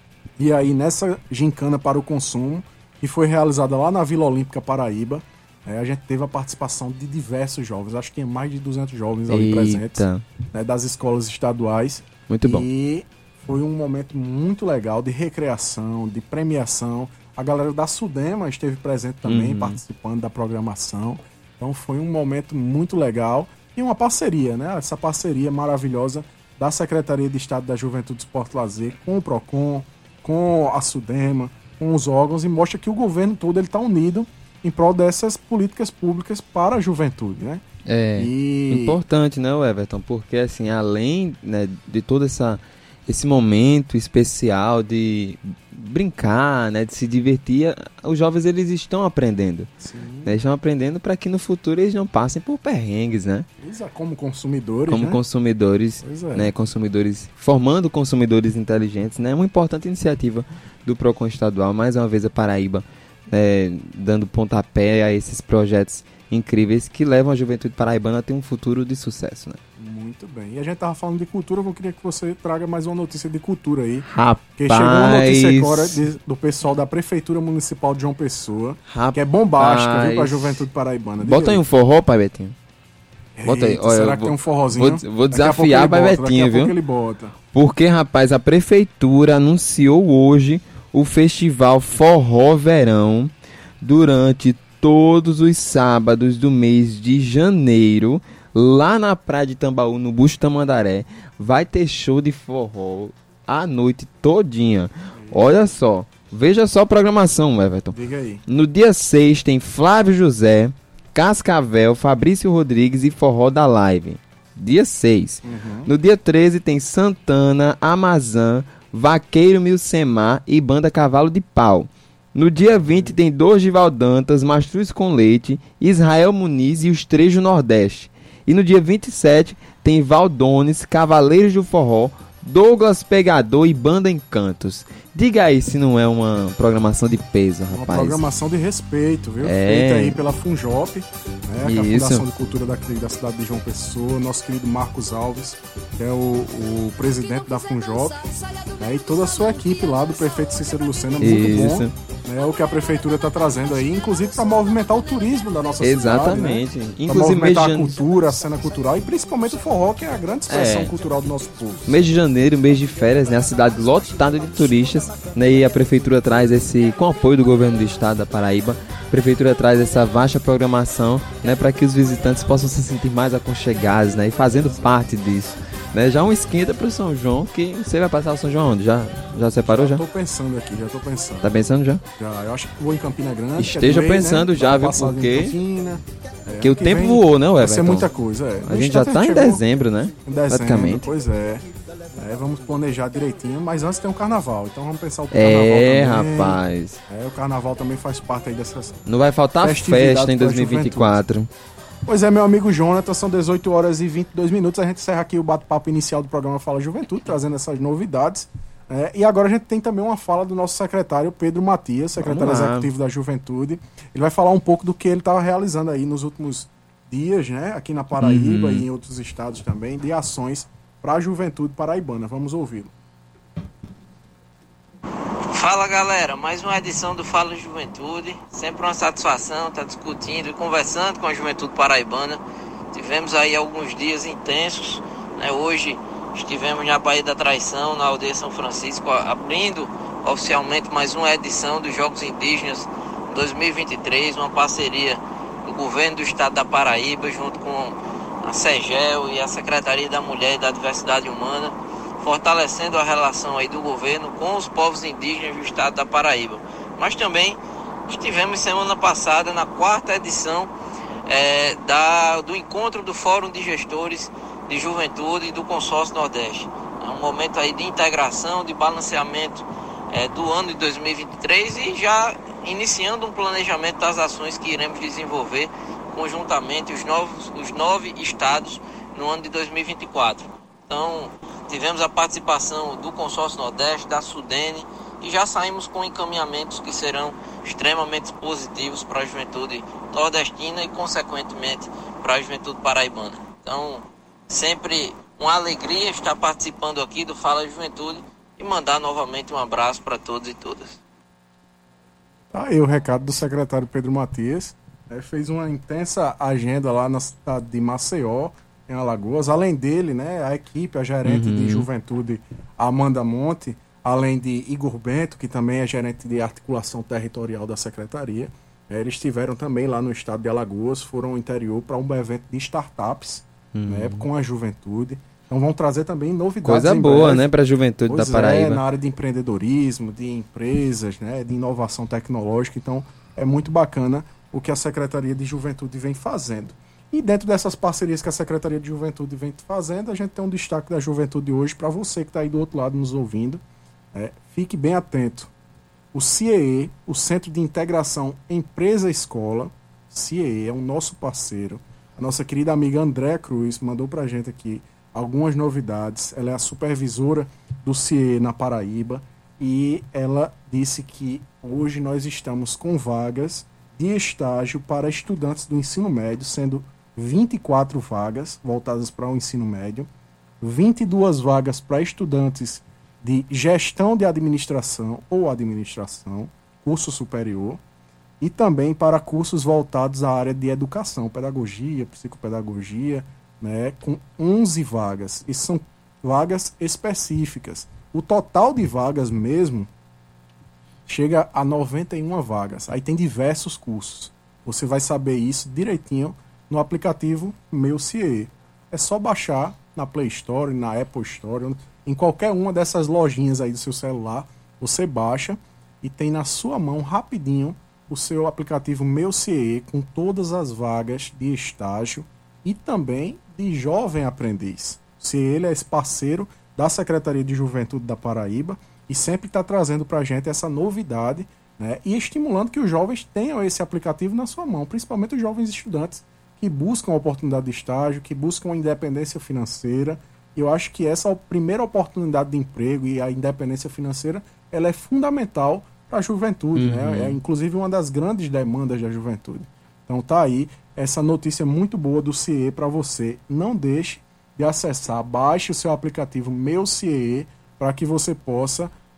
[SPEAKER 2] E aí, nessa gincana para o consumo, que foi realizada lá na Vila Olímpica Paraíba, é, a gente teve a participação de diversos jovens, acho que tinha mais de duzentos jovens ali presentes,
[SPEAKER 3] Eita,
[SPEAKER 2] né, das escolas estaduais.
[SPEAKER 3] muito bom.
[SPEAKER 2] E foi um momento muito legal de recreação, de premiação. A galera da Sudema esteve presente também,
[SPEAKER 3] Uhum.
[SPEAKER 2] participando da programação. Então foi um momento muito legal e uma parceria, né? Essa parceria maravilhosa da Secretaria de Estado da Juventude, Esporte e Lazer com o PROCON, com a Sudema, com os órgãos, e mostra que o governo todo está unido em prol dessas políticas públicas para a juventude, né?
[SPEAKER 3] É
[SPEAKER 2] E
[SPEAKER 3] importante, né, o Everton? Porque, assim, além, né, de todo essa, esse momento especial de brincar, né, de se divertir, os jovens eles estão aprendendo.
[SPEAKER 2] sim,
[SPEAKER 3] Né, estão aprendendo para que no futuro eles não passem por perrengues, né?
[SPEAKER 2] exa- como consumidores,
[SPEAKER 3] Como
[SPEAKER 2] né?
[SPEAKER 3] consumidores,
[SPEAKER 2] Pois é.
[SPEAKER 3] né, consumidores, formando consumidores inteligentes, né? Uma importante iniciativa do PROCON estadual, mais uma vez a Paraíba, né, dando pontapé a esses projetos incríveis que levam a juventude paraibana a ter um futuro de sucesso, né?
[SPEAKER 2] Muito bem. E a gente tava falando de cultura, eu queria que você traga mais uma notícia de cultura aí.
[SPEAKER 3] Rapaz,
[SPEAKER 2] Porque chegou uma notícia agora de- do pessoal da Prefeitura Municipal de João Pessoa,
[SPEAKER 3] rapaz,
[SPEAKER 2] que é bombástica, viu, pra juventude paraibana. Diga
[SPEAKER 3] bota aí um forró, pai Betinho. bota aí,
[SPEAKER 2] Eita,
[SPEAKER 3] olha,
[SPEAKER 2] será
[SPEAKER 3] eu
[SPEAKER 2] que
[SPEAKER 3] vou-
[SPEAKER 2] tem um forrozinho?
[SPEAKER 3] Vou, vou
[SPEAKER 2] Daqui a pouco
[SPEAKER 3] desafiar
[SPEAKER 2] ele
[SPEAKER 3] pai
[SPEAKER 2] bota,
[SPEAKER 3] Betinho,
[SPEAKER 2] daqui a pouco
[SPEAKER 3] viu?
[SPEAKER 2] ele bota.
[SPEAKER 3] Porque, rapaz, a prefeitura anunciou hoje o festival Forró Verão durante todos os sábados do mês de janeiro, lá na praia de Tambaú, no Busto Tamandaré. Vai ter show de forró a noite todinha. Olha só, veja só a programação, Everton.
[SPEAKER 2] Diga aí.
[SPEAKER 3] No dia seis tem Flávio José, Cascavel, Fabrício Rodrigues e Forró da Live. Dia seis.
[SPEAKER 2] Uhum.
[SPEAKER 3] No dia treze tem Santana, Amazã, Vaqueiro Milcemar e Banda Cavalo de Pau. No dia vinte tem Dorival Dantas, Mastruz com Leite, Israel Muniz e os Três do Nordeste. E no dia vinte e sete tem Valdones, Cavaleiros do Forró, Douglas Pegador e Banda Encantos. Diga aí se não é uma programação de peso,
[SPEAKER 2] Uma
[SPEAKER 3] rapaz.
[SPEAKER 2] programação de respeito, viu?
[SPEAKER 3] É.
[SPEAKER 2] Feita aí pela Funjop, né? Que é a
[SPEAKER 3] Isso.
[SPEAKER 2] Fundação de Cultura daqui da cidade de João Pessoa, nosso querido Marcos Alves, que é o, o presidente da Funjop, né? E toda a sua equipe lá do prefeito Cícero Lucena, muito
[SPEAKER 3] Isso.
[SPEAKER 2] bom. né, o que a prefeitura está trazendo aí, inclusive para movimentar o turismo da nossa
[SPEAKER 3] Exatamente.
[SPEAKER 2] cidade. Exatamente. Né?
[SPEAKER 3] Inclusive,
[SPEAKER 2] movimentar
[SPEAKER 3] mês
[SPEAKER 2] a cultura, a cena cultural e principalmente o forró, que é a grande expressão é. cultural do nosso povo.
[SPEAKER 3] Mês de janeiro, mês de férias, né, a cidade lotada de turistas, né, e a prefeitura traz esse, com apoio do governo do estado da Paraíba, a prefeitura traz essa vasta programação, né, para que os visitantes possam se sentir mais aconchegados, né, e fazendo parte disso. Né, já um esquenta para o São João, que você vai passar o São João onde? Já, já separou já?
[SPEAKER 2] Já tô pensando aqui, já tô pensando.
[SPEAKER 3] Tá pensando já?
[SPEAKER 2] Já, eu acho que vou em Campina Grande.
[SPEAKER 3] Esteja
[SPEAKER 2] mês,
[SPEAKER 3] pensando
[SPEAKER 2] né?
[SPEAKER 3] já, viu, porque...
[SPEAKER 2] Campina, é,
[SPEAKER 3] que o
[SPEAKER 2] que
[SPEAKER 3] tempo
[SPEAKER 2] vem,
[SPEAKER 3] voou, né, Everton?
[SPEAKER 2] Vai ser muita coisa, é.
[SPEAKER 3] A gente já tá em dezembro, né?
[SPEAKER 2] Em dezembro,
[SPEAKER 3] praticamente.
[SPEAKER 2] Pois é. é. Vamos planejar direitinho, mas antes tem um carnaval, então vamos pensar o carnaval
[SPEAKER 3] É,
[SPEAKER 2] também.
[SPEAKER 3] rapaz.
[SPEAKER 2] É, o carnaval também faz parte aí dessas...
[SPEAKER 3] Não vai faltar festa em dois mil e vinte e quatro.
[SPEAKER 2] Pois é, meu amigo Jonathan, são dezoito horas e vinte e dois minutos. A gente encerra aqui o bate-papo inicial do programa Fala Juventude, trazendo essas novidades. É, e agora a gente tem também uma fala do nosso secretário Pedro Matias, secretário executivo da Juventude. Ele vai falar um pouco do que ele estava realizando aí nos últimos dias, né, aqui na Paraíba uhum. e em outros estados também, de ações para a juventude paraibana. Vamos ouvi-lo.
[SPEAKER 1] Fala galera, mais uma edição do Fala Juventude, sempre uma satisfação estar discutindo e conversando com a juventude paraibana. Tivemos aí alguns dias intensos, né? Hoje estivemos na Baía da Traição, na aldeia São Francisco, abrindo oficialmente mais uma edição dos Jogos Indígenas dois mil e vinte e três, uma parceria do governo do estado da Paraíba junto com a SEGEL e a Secretaria da Mulher e da Diversidade Humana, fortalecendo a relação aí do governo com os povos indígenas do estado da Paraíba. Mas também estivemos semana passada na quarta edição é, da, do encontro do Fórum de Gestores de Juventude do Consórcio Nordeste. É um momento aí de integração, de balanceamento é, do ano de dois mil e vinte e três e já iniciando um planejamento das ações que iremos desenvolver conjuntamente os, novos, os nove estados no ano de dois mil e vinte e quatro. Então, tivemos a participação do Consórcio Nordeste, da Sudene, e já saímos com encaminhamentos que serão extremamente positivos para a juventude nordestina e, consequentemente, para a juventude paraibana. Então, sempre uma alegria estar participando aqui do Fala Juventude e mandar novamente um abraço para todos e todas.
[SPEAKER 2] Tá aí o recado do secretário Pedro Matias. É, fez uma intensa agenda lá na cidade de Maceió, em Alagoas. Além dele, né, a equipe, a gerente uhum. de juventude Amanda Monte, além de Igor Bento, que também é gerente de articulação territorial da secretaria, é, eles estiveram também lá no estado de Alagoas, foram ao interior para um evento de startups uhum. né, com a juventude. Então vão trazer também novidades.
[SPEAKER 3] Coisa boa, breve, né, para a juventude da Paraíba.
[SPEAKER 2] É, na área de empreendedorismo, de empresas, né, de inovação tecnológica. Então é muito bacana o que a Secretaria de Juventude vem fazendo. E dentro dessas parcerias que a Secretaria de Juventude vem fazendo, a gente tem um destaque da juventude hoje para você que está aí do outro lado nos ouvindo. É, fique bem atento. O C I E, o Centro de Integração Empresa-Escola, C I E é o nosso parceiro. A nossa querida amiga André Cruz mandou para a gente aqui algumas novidades. Ela é a supervisora do C I E na Paraíba e ela disse que hoje nós estamos com vagas de estágio para estudantes do ensino médio, sendo vinte e quatro vagas voltadas para o ensino médio, vinte e duas vagas para estudantes de gestão de administração ou administração, curso superior, e também para cursos voltados à área de educação, pedagogia, psicopedagogia, né, com onze vagas. E são vagas específicas. O total de vagas mesmo chega a noventa e uma vagas. Aí tem diversos cursos. Você vai saber isso direitinho no aplicativo Meu C I E. É só baixar na Play Store, na Apple Store, em qualquer uma dessas lojinhas aí do seu celular, você baixa e tem na sua mão rapidinho o seu aplicativo Meu C I E com todas as vagas de estágio e também de jovem aprendiz. Se ele é esse parceiro da Secretaria de Juventude da Paraíba e sempre está trazendo para a gente essa novidade, né, e estimulando que os jovens tenham esse aplicativo na sua mão, principalmente os jovens estudantes que buscam a oportunidade de estágio, que buscam a independência financeira. Eu acho que essa primeira oportunidade de emprego e a independência financeira, ela é fundamental para a juventude, uhum. né? É inclusive uma das grandes demandas da juventude. Então tá aí essa notícia muito boa do C I E para você. Não deixe de acessar, baixe o seu aplicativo Meu C I E para que você possa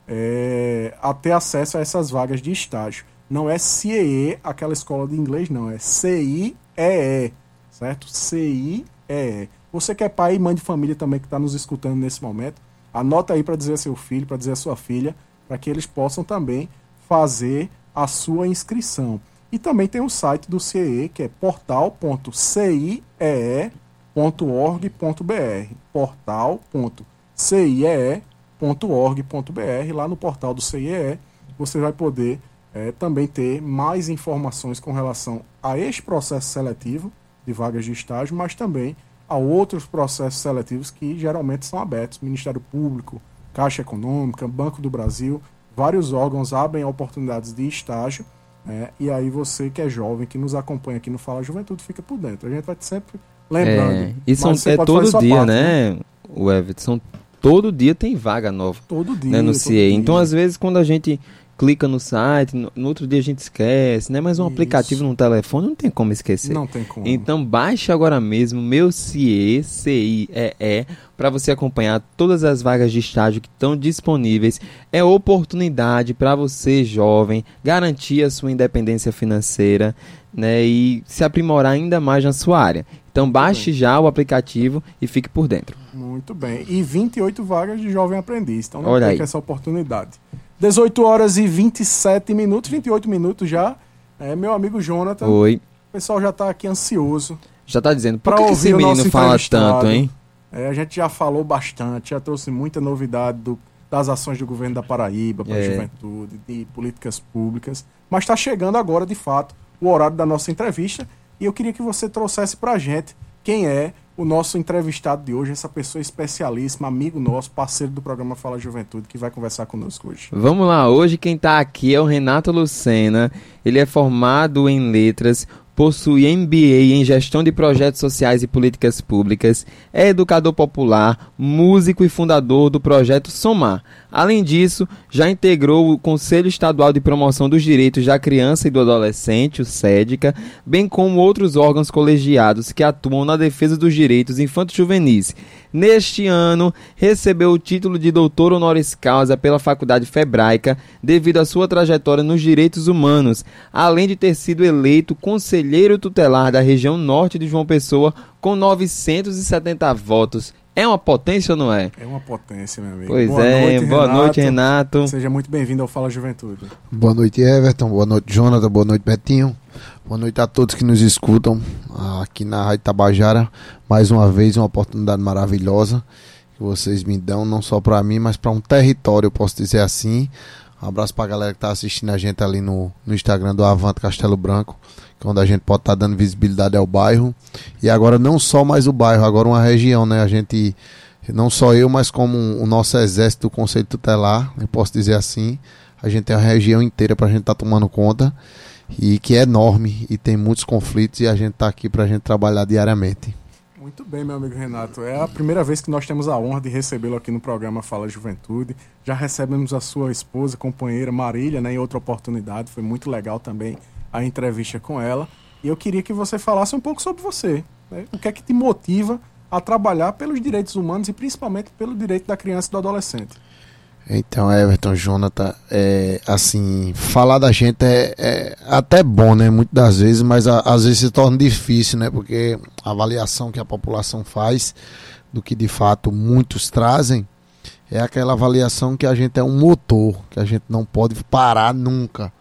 [SPEAKER 2] é, a ter acesso a essas vagas de estágio. Não é C I E, aquela escola de inglês, não. É C I E E, certo? C I E E. Você que é pai e mãe de família também que está nos escutando nesse momento, anota aí para dizer a seu filho, para dizer a sua filha, para que eles possam também fazer a sua inscrição. E também tem o site do C I E, que é portal ponto c i e e ponto org ponto b r. portal ponto c i e e ponto org ponto b r. Lá no portal do C I E E você vai poder é, também ter mais informações com relação a este processo seletivo de vagas de estágio, mas também a outros processos seletivos que geralmente são abertos. Ministério Público, Caixa Econômica, Banco do Brasil, vários órgãos abrem oportunidades de estágio. É, e aí você que é jovem, que nos acompanha aqui no Fala Juventude, fica por dentro. A gente vai sempre lembrando.
[SPEAKER 3] É, e são, é todo dia, parte, né, né? O Everton, todo dia tem vaga nova. Todo dia. Né, no C I E. Então, às vezes, quando a gente clica no site, no, no outro dia a gente esquece, né? Mas um Isso. aplicativo no telefone não tem como esquecer.
[SPEAKER 2] Não tem como.
[SPEAKER 3] Então baixe agora mesmo meu C I E, C I E E, para você acompanhar todas as vagas de estágio que estão disponíveis. É oportunidade para você, jovem, garantir a sua independência financeira, né? E se aprimorar ainda mais na sua área. Então baixe já o aplicativo e fique por dentro.
[SPEAKER 2] Muito bem. E vinte e oito vagas de jovem aprendiz. Então não
[SPEAKER 3] Olha
[SPEAKER 2] perca essa oportunidade. dezoito horas e vinte e sete minutos, vinte e oito minutos já. É, meu amigo Jonathan.
[SPEAKER 3] Oi.
[SPEAKER 2] O pessoal já está aqui ansioso.
[SPEAKER 3] Já está dizendo, por que, que esse menino fala tanto, hein?
[SPEAKER 2] É, a gente já falou bastante, já trouxe muita novidade do, das ações do governo da Paraíba para a é. juventude, de políticas públicas. Mas está chegando agora, de fato, o horário da nossa entrevista. E eu queria que você trouxesse para a gente quem é o nosso entrevistado de hoje, essa pessoa especialíssima, amigo nosso, parceiro do programa Fala Juventude, que vai conversar conosco hoje.
[SPEAKER 3] Vamos lá, hoje quem está aqui é o Renato Lucena. Ele é formado em letras, possui M B A em Gestão de Projetos Sociais e Políticas Públicas, é educador popular, músico e fundador do projeto Somar. Além disso, já integrou o Conselho Estadual de Promoção dos Direitos da Criança e do Adolescente, o SEDICA, bem como outros órgãos colegiados que atuam na defesa dos direitos infanto-juvenis. Neste ano, recebeu o título de doutor honoris causa pela Faculdade Febraica devido à sua trajetória nos direitos humanos, além de ter sido eleito conselheiro tutelar da região norte de João Pessoa com novecentos e setenta votos. É uma potência ou não é?
[SPEAKER 2] É uma potência, meu amigo.
[SPEAKER 3] Pois boa é, noite, boa Renato. noite, Renato.
[SPEAKER 2] Seja muito bem-vindo ao Fala Juventude.
[SPEAKER 4] Boa noite, Everton. Boa noite, Jonathan. Boa noite, Betinho. Boa noite a todos que nos escutam aqui na Rádio Tabajara. Mais uma vez, uma oportunidade maravilhosa que vocês me dão, não só para mim, mas para um território, eu posso dizer assim. Um abraço para a galera que está assistindo a gente ali no, no Instagram do Avante Castelo Branco, que é onde a gente pode estar tá dando visibilidade ao bairro. E agora não só mais o bairro, agora uma região, né? A gente, não só eu, mas como o nosso exército do Conselho Tutelar, eu posso dizer assim, a gente tem a região inteira para a gente estar tá tomando conta, e que é enorme e tem muitos conflitos, e a gente está aqui para a gente trabalhar diariamente.
[SPEAKER 2] Muito bem, meu amigo Renato. É a primeira vez que nós temos a honra de recebê-lo aqui no programa Fala Juventude. Já recebemos a sua esposa, companheira Marília, né, em outra oportunidade. Foi muito legal também a entrevista com ela. E eu queria que você falasse um pouco sobre você, né? O que é que te motiva a trabalhar pelos direitos humanos e principalmente pelo direito da criança e do adolescente?
[SPEAKER 4] Então, Everton, Jonathan, é, assim, falar da gente é, é até bom, né, muitas das vezes, mas a, às vezes se torna difícil, né, porque a avaliação que a população faz do que de fato muitos trazem é aquela avaliação que a gente é um motor, que a gente não pode parar nunca.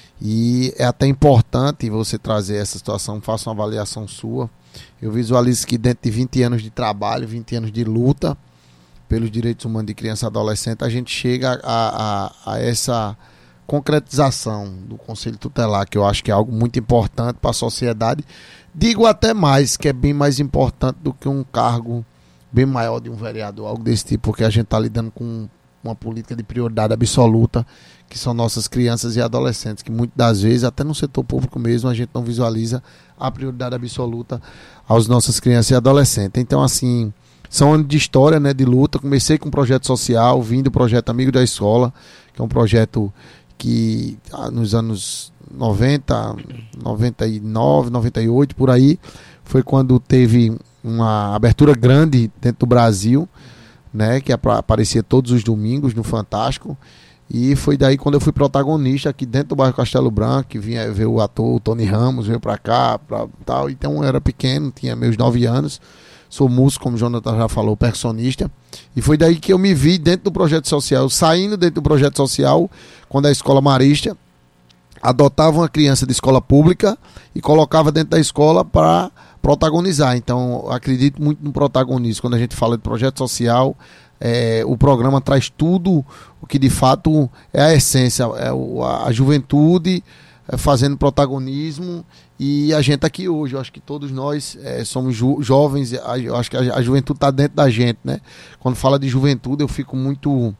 [SPEAKER 4] E é até importante você trazer essa situação, faça uma avaliação sua. Eu visualizo que dentro de vinte anos de trabalho, vinte anos de luta pelos direitos humanos de criança e adolescente, a gente chega a, a, a essa concretização do Conselho Tutelar, que eu acho que é algo muito importante para a sociedade. Digo até mais, que é bem mais importante do que um cargo bem maior de um vereador, algo desse tipo, porque a gente está lidando com uma política de prioridade absoluta, que são nossas crianças e adolescentes, que muitas das vezes, até no setor público mesmo, a gente não visualiza a prioridade absoluta aos nossas crianças e adolescentes. Então, assim, são anos de história, né, de luta. Comecei com um projeto social, vim do projeto Amigo da Escola, que é um projeto que nos anos noventa, noventa e nove, noventa e oito, por aí, foi quando teve uma abertura grande dentro do Brasil, né, que aparecia todos os domingos no Fantástico. E foi daí quando eu fui protagonista aqui dentro do bairro Castelo Branco, que vinha ver o ator o Tony Ramos, veio pra cá, pra, tal. Então eu era pequeno, tinha meus nove anos. Sou músico, como o Jonathan já falou, percussionista. E foi daí que eu me vi dentro do projeto social, saindo dentro do projeto social, quando a Escola Marista adotava uma criança de escola pública e colocava dentro da escola para protagonizar. Então, acredito muito no protagonismo. Quando a gente fala de projeto social, é, o programa traz tudo o que de fato é a essência, é o, a, a juventude é, fazendo protagonismo, e a gente aqui hoje, eu acho que todos nós é, somos jo- jovens, eu acho que a, a juventude está dentro da gente, né? Quando fala de juventude, eu fico muito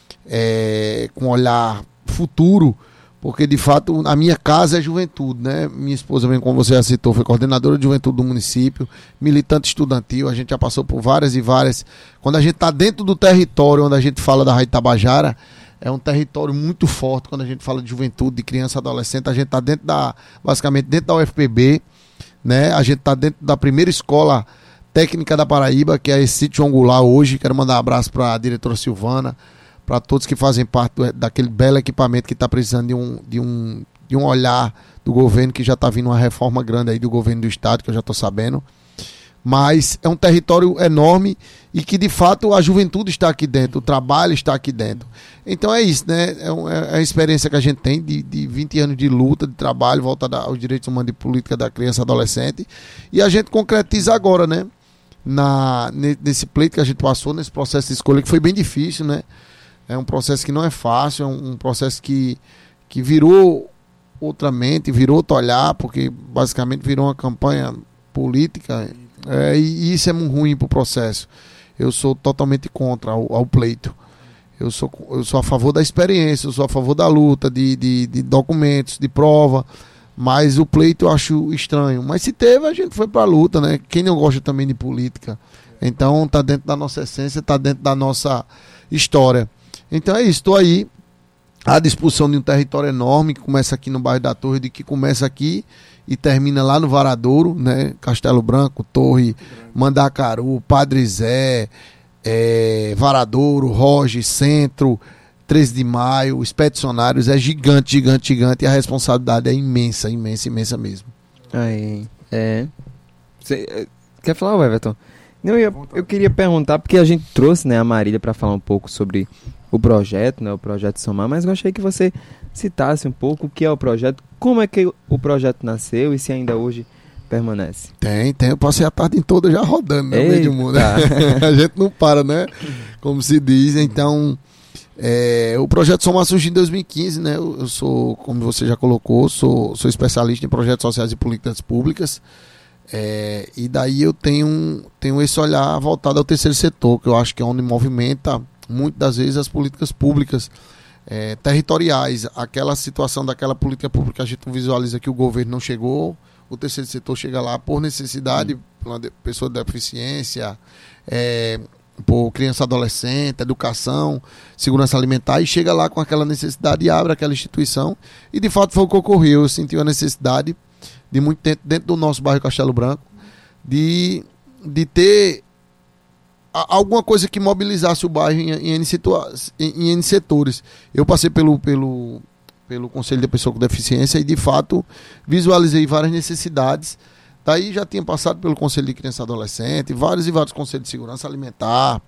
[SPEAKER 4] é, com um olhar futuro, porque de fato a minha casa é juventude, né? Minha esposa, bem como você já citou, foi coordenadora de juventude do município, militante estudantil, a gente já passou por várias e várias. Quando a gente está dentro do território onde a gente fala da Rádio Tabajara, é um território muito forte. Quando a gente fala de juventude, de criança, adolescente, a gente está dentro da, basicamente dentro da U F P B, né? A gente está dentro da primeira escola técnica da Paraíba, que é esse sítio João Goulart hoje. Quero mandar um abraço para a diretora Silvana, para todos que fazem parte do, daquele belo equipamento que está precisando de um, de, um, de um olhar do governo, que já está vindo uma reforma grande aí do governo do estado, que eu já estou sabendo. Mas é um território enorme e que de fato a juventude está aqui dentro, o trabalho está aqui dentro. Então é isso, né? É, um, é a experiência que a gente tem de, de vinte anos de luta, de trabalho, voltada aos direitos humanos e política da criança e adolescente. E a gente concretiza agora, né? Na, nesse pleito que a gente passou, nesse processo de escolha, que foi bem difícil, né? É um processo que não é fácil, é um, um processo que, que virou outra mente, virou outro olhar, porque basicamente virou uma campanha política, é, e isso é muito ruim para o processo. Eu sou totalmente contra ao, ao pleito. Eu sou, eu sou a favor da experiência, eu sou a favor da luta, de, de, de documentos, de prova, mas o pleito eu acho estranho. Mas se teve, a gente foi para a luta, né? Quem não gosta também de política? Então está dentro da nossa essência, está dentro da nossa história. Então é isso, estou aí à disposição de um território enorme que começa aqui no bairro da Torre, de que começa aqui e termina lá no Varadouro, né? Castelo Branco, Torre, Mandacaru, Padre Zé, é, Varadouro, Roge, Centro, treze de maio, Expedicionários. É gigante, gigante, gigante, e a responsabilidade é imensa, imensa, imensa mesmo.
[SPEAKER 3] Aí, é. Cê, quer falar, Everton? Não, eu, eu queria perguntar, porque a gente trouxe, né, a Marília para falar um pouco sobre o projeto, né, o projeto Somar, mas gostaria que você citasse um pouco o que é o projeto, como é que o projeto nasceu e se ainda hoje permanece.
[SPEAKER 4] Tem, tem, eu passei a tarde toda já rodando, né, no meio do mundo. A gente não para, né, como se diz. Então, é, o projeto Somar surgiu em dois mil e quinze, né, eu, eu sou, como você já colocou, sou, sou especialista em projetos sociais e políticas públicas. É, e daí eu tenho, tenho esse olhar voltado ao terceiro setor, que eu acho que é onde movimenta muitas das vezes as políticas públicas é, territoriais. Aquela situação daquela política pública, a gente visualiza que o governo não chegou, o terceiro setor chega lá por necessidade, hum. por uma pessoa de deficiência, é, por criança adolescente, educação, segurança alimentar, e chega lá com aquela necessidade e abre aquela instituição. E de fato foi o que ocorreu. Eu senti a necessidade de muito tempo dentro do nosso bairro Castelo Branco, de, de ter a, alguma coisa que mobilizasse o bairro em, em, N, situa- em, em N setores. Eu passei pelo, pelo, pelo Conselho de Pessoa com Deficiência e de fato visualizei várias necessidades. Daí já tinha passado pelo Conselho de Criança e Adolescente, vários e vários conselhos de segurança alimentar,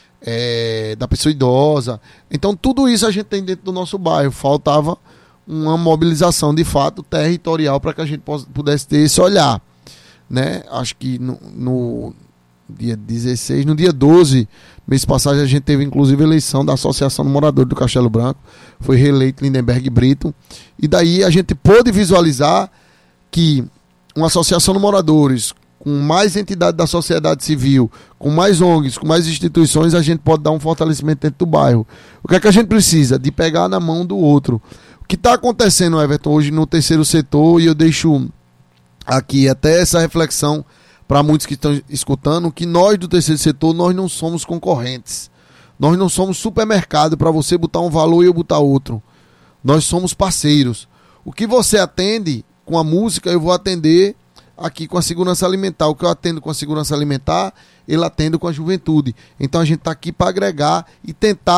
[SPEAKER 4] é, da pessoa idosa. Então tudo isso a gente tem dentro do nosso bairro. Faltava uma mobilização de fato territorial para que a gente pudesse ter esse olhar, né? Acho que no, no dia dezesseis, no dia doze, mês passado, a gente teve inclusive a eleição da Associação do Morador do Castelo Branco, foi reeleito Lindenberg Brito, e daí a gente pôde visualizar que uma associação de moradores com mais entidades da sociedade civil, com mais O N Gs, com mais instituições, a gente pode dar um fortalecimento dentro do bairro. O que é que a gente precisa? De pegar na mão do outro. O que está acontecendo, Everton, hoje no terceiro setor, e eu deixo aqui até essa reflexão para muitos que estão escutando, que nós do terceiro setor, nós não somos concorrentes. Nós não somos supermercado para você botar um valor e eu botar outro. Nós somos parceiros. O que você atende com a música, eu vou atender aqui com a segurança alimentar. O que eu atendo com a segurança alimentar, ele atende com a juventude. Então a gente está aqui para agregar e tentar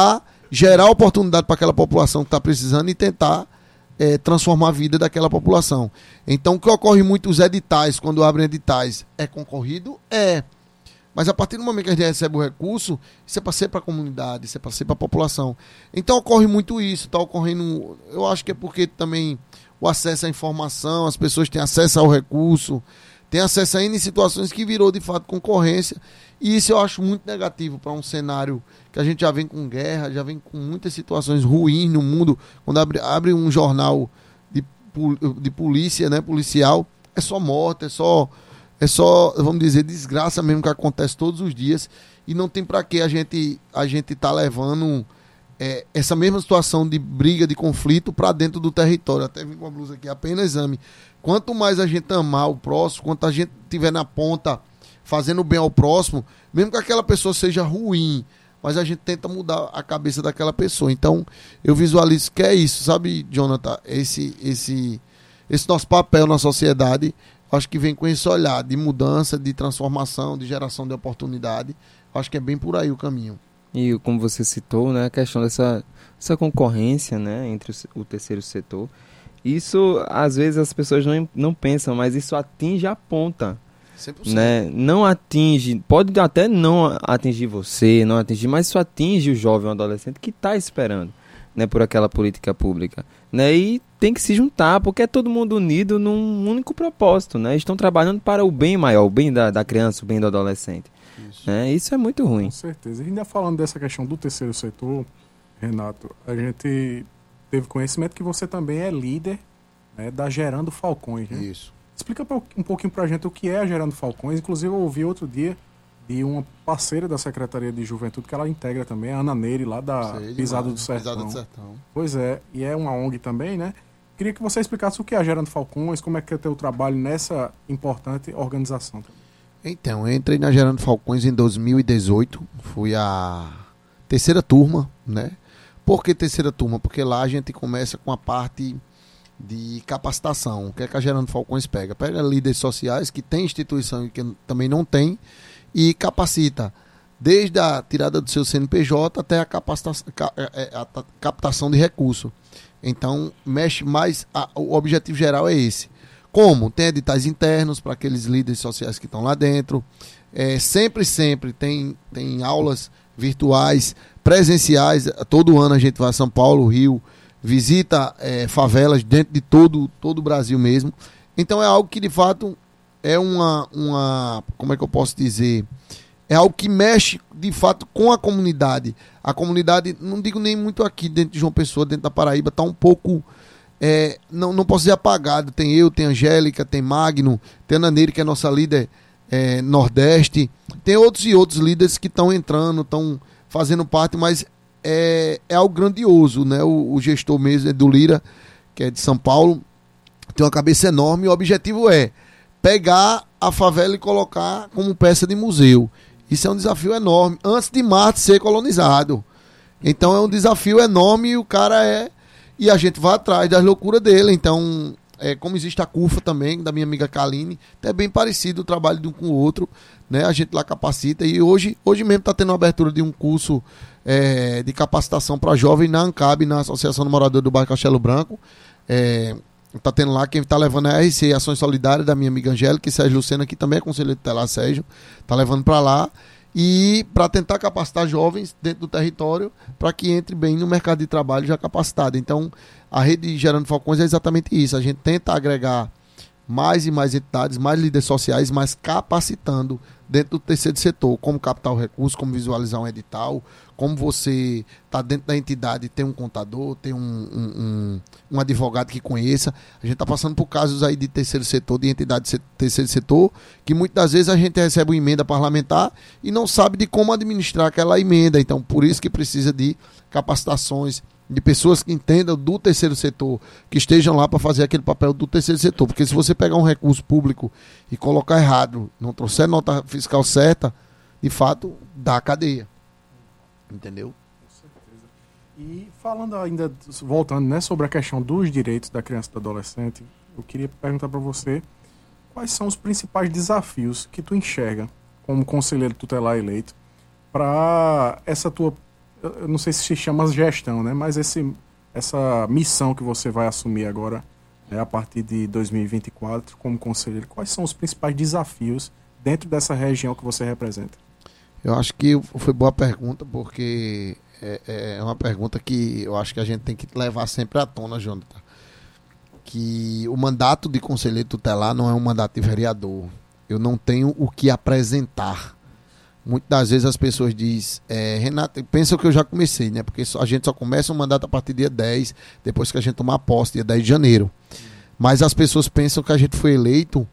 [SPEAKER 4] gerar oportunidade para aquela população que está precisando e tentar é, transformar a vida daquela população. Então, o que ocorre muito, os editais, quando abrem editais, é concorrido? É. Mas a partir do momento que a gente recebe o recurso, isso é para ser para a comunidade, isso é para ser para a população. Então, ocorre muito isso, está ocorrendo, eu acho que é porque também o acesso à informação, as pessoas têm acesso ao recurso, têm acesso a N situações que virou de fato concorrência, e isso eu acho muito negativo para um cenário que a gente já vem com guerra, já vem com muitas situações ruins no mundo. Quando abre, abre um jornal de, de polícia, né, policial, é só morte, é só, é só, vamos dizer, desgraça mesmo que acontece todos os dias, e não tem para que a gente a gente tá levando é, essa mesma situação de briga, de conflito para dentro do território. Até vim com a blusa aqui, apenas exame. Quanto mais a gente amar o próximo, quanto a gente estiver na ponta fazendo bem ao próximo, mesmo que aquela pessoa seja ruim, mas a gente tenta mudar a cabeça daquela pessoa. Então, eu visualizo que é isso, sabe, Jonathan? Esse, esse, esse nosso papel na sociedade, acho que vem com esse olhar de mudança, de transformação, de geração de oportunidade. Acho que é bem por aí o caminho.
[SPEAKER 3] E como você citou, né, a questão dessa, dessa concorrência, né, entre o, o terceiro setor, isso às vezes as pessoas não, não pensam, mas isso atinge a ponta. cem por cento. Né? Não atinge, pode até não atingir você, não atingir, mas isso atinge o jovem, o adolescente que está esperando, né, por aquela política pública, né, e tem que se juntar, porque é todo mundo unido num único propósito, né, estão trabalhando para o bem maior, o bem da, da criança, o bem do adolescente. Isso. Né? Isso é muito ruim.
[SPEAKER 2] Com certeza. E ainda falando dessa questão do terceiro setor, Renato, a gente teve conhecimento que você também é líder, né, da Gerando Falcões. Né?
[SPEAKER 4] Isso.
[SPEAKER 2] Explica um pouquinho pra gente o que é a Gerando Falcões. Inclusive eu ouvi outro dia de uma parceira da Secretaria de Juventude que ela integra também, a Ana Neire, lá da
[SPEAKER 4] Sei,
[SPEAKER 2] Pisada
[SPEAKER 4] demais,
[SPEAKER 2] do Sertão.
[SPEAKER 4] Pisada do Sertão.
[SPEAKER 2] Pois é, e é uma O N G também, né? Queria que você explicasse o que é a Gerando Falcões, como é que é o teu trabalho nessa importante organização também.
[SPEAKER 4] Então, eu entrei na Gerando Falcões em dois mil e dezoito, fui a terceira turma, né? Por que terceira turma? Porque lá a gente começa com a parte de capacitação. O que é que a Gerando Falcões pega? Pega líderes sociais que tem instituição e que também não tem e capacita, desde a tirada do seu C N P J até a, capacitação, a captação de recurso. Então, mexe mais, a, o objetivo geral é esse. Como? Tem editais internos para aqueles líderes sociais que estão lá dentro. É, sempre, sempre tem, tem aulas virtuais, presenciais. Todo ano a gente vai a São Paulo, Rio, visita é, favelas dentro de todo, todo o Brasil mesmo. Então é algo que de fato é uma, uma, como é que eu posso dizer, é algo que mexe de fato com a comunidade. A comunidade, não digo nem muito aqui dentro de João Pessoa, dentro da Paraíba, está um pouco, é, não, não posso dizer apagado. Tem eu, tem Angélica, tem Magno, tem Ana Neire, que é nossa líder é, Nordeste, tem outros e outros líderes que estão entrando, estão fazendo parte, mas É, é algo grandioso, né? O, o gestor mesmo é do Lira, que é de São Paulo, tem uma cabeça enorme e o objetivo é pegar a favela e colocar como peça de museu. Isso é um desafio enorme, antes de Marte ser colonizado. Então é um desafio enorme e o cara é... E a gente vai atrás das loucuras dele. Então, é, como existe a CUFA também, da minha amiga Kaline, é bem parecido o trabalho de um com o outro, né? A gente lá capacita e hoje, hoje mesmo está tendo uma abertura de um curso É, de capacitação para jovem na ANCAB, na Associação do Morador do Bairro Castelo Branco. É, tá tendo lá quem está levando a R C, Ações Solidárias, da minha amiga Angélica, e Sérgio Lucena, que também é conselheiro tutelar, Sérgio, tá levando para lá, e para tentar capacitar jovens dentro do território para que entre bem no mercado de trabalho já capacitado. Então, a rede Gerando Falcões é exatamente isso. A gente tenta agregar mais e mais entidades, mais líderes sociais, mas capacitando dentro do terceiro setor, como captar o recurso, como visualizar um edital, como você está dentro da entidade, tem um contador, tem um, um, um, um advogado que conheça. A gente está passando por casos aí de terceiro setor, de entidade de terceiro setor, que muitas das vezes a gente recebe uma emenda parlamentar e não sabe de como administrar aquela emenda. Então, por isso que precisa de capacitações, de pessoas que entendam do terceiro setor, que estejam lá para fazer aquele papel do terceiro setor. Porque se você pegar um recurso público e colocar errado, não trouxer nota fiscal certa, de fato, dá a cadeia. Entendeu?
[SPEAKER 2] Com certeza. E falando ainda, voltando, né, sobre a questão dos direitos da criança e do adolescente, eu queria perguntar para você quais são os principais desafios que tu enxerga como conselheiro tutelar eleito para essa tua eu não sei se se chama gestão, né? Mas esse, essa missão que você vai assumir agora, né, a partir de dois mil e vinte e quatro, como conselheiro, quais são os principais desafios dentro dessa região que você representa?
[SPEAKER 4] Eu acho que foi boa pergunta, porque é, é uma pergunta que eu acho que a gente tem que levar sempre à tona, Jonathan. Que o mandato de conselheiro tutelar não é um mandato de vereador. Eu não tenho o que apresentar. Muitas das vezes as pessoas dizem, é, Renato, pensam que eu já comecei, né? Porque a gente só começa o mandato a partir do dia dez, depois que a gente tomar posse, dia dez de janeiro. Mas as pessoas pensam que a gente foi eleito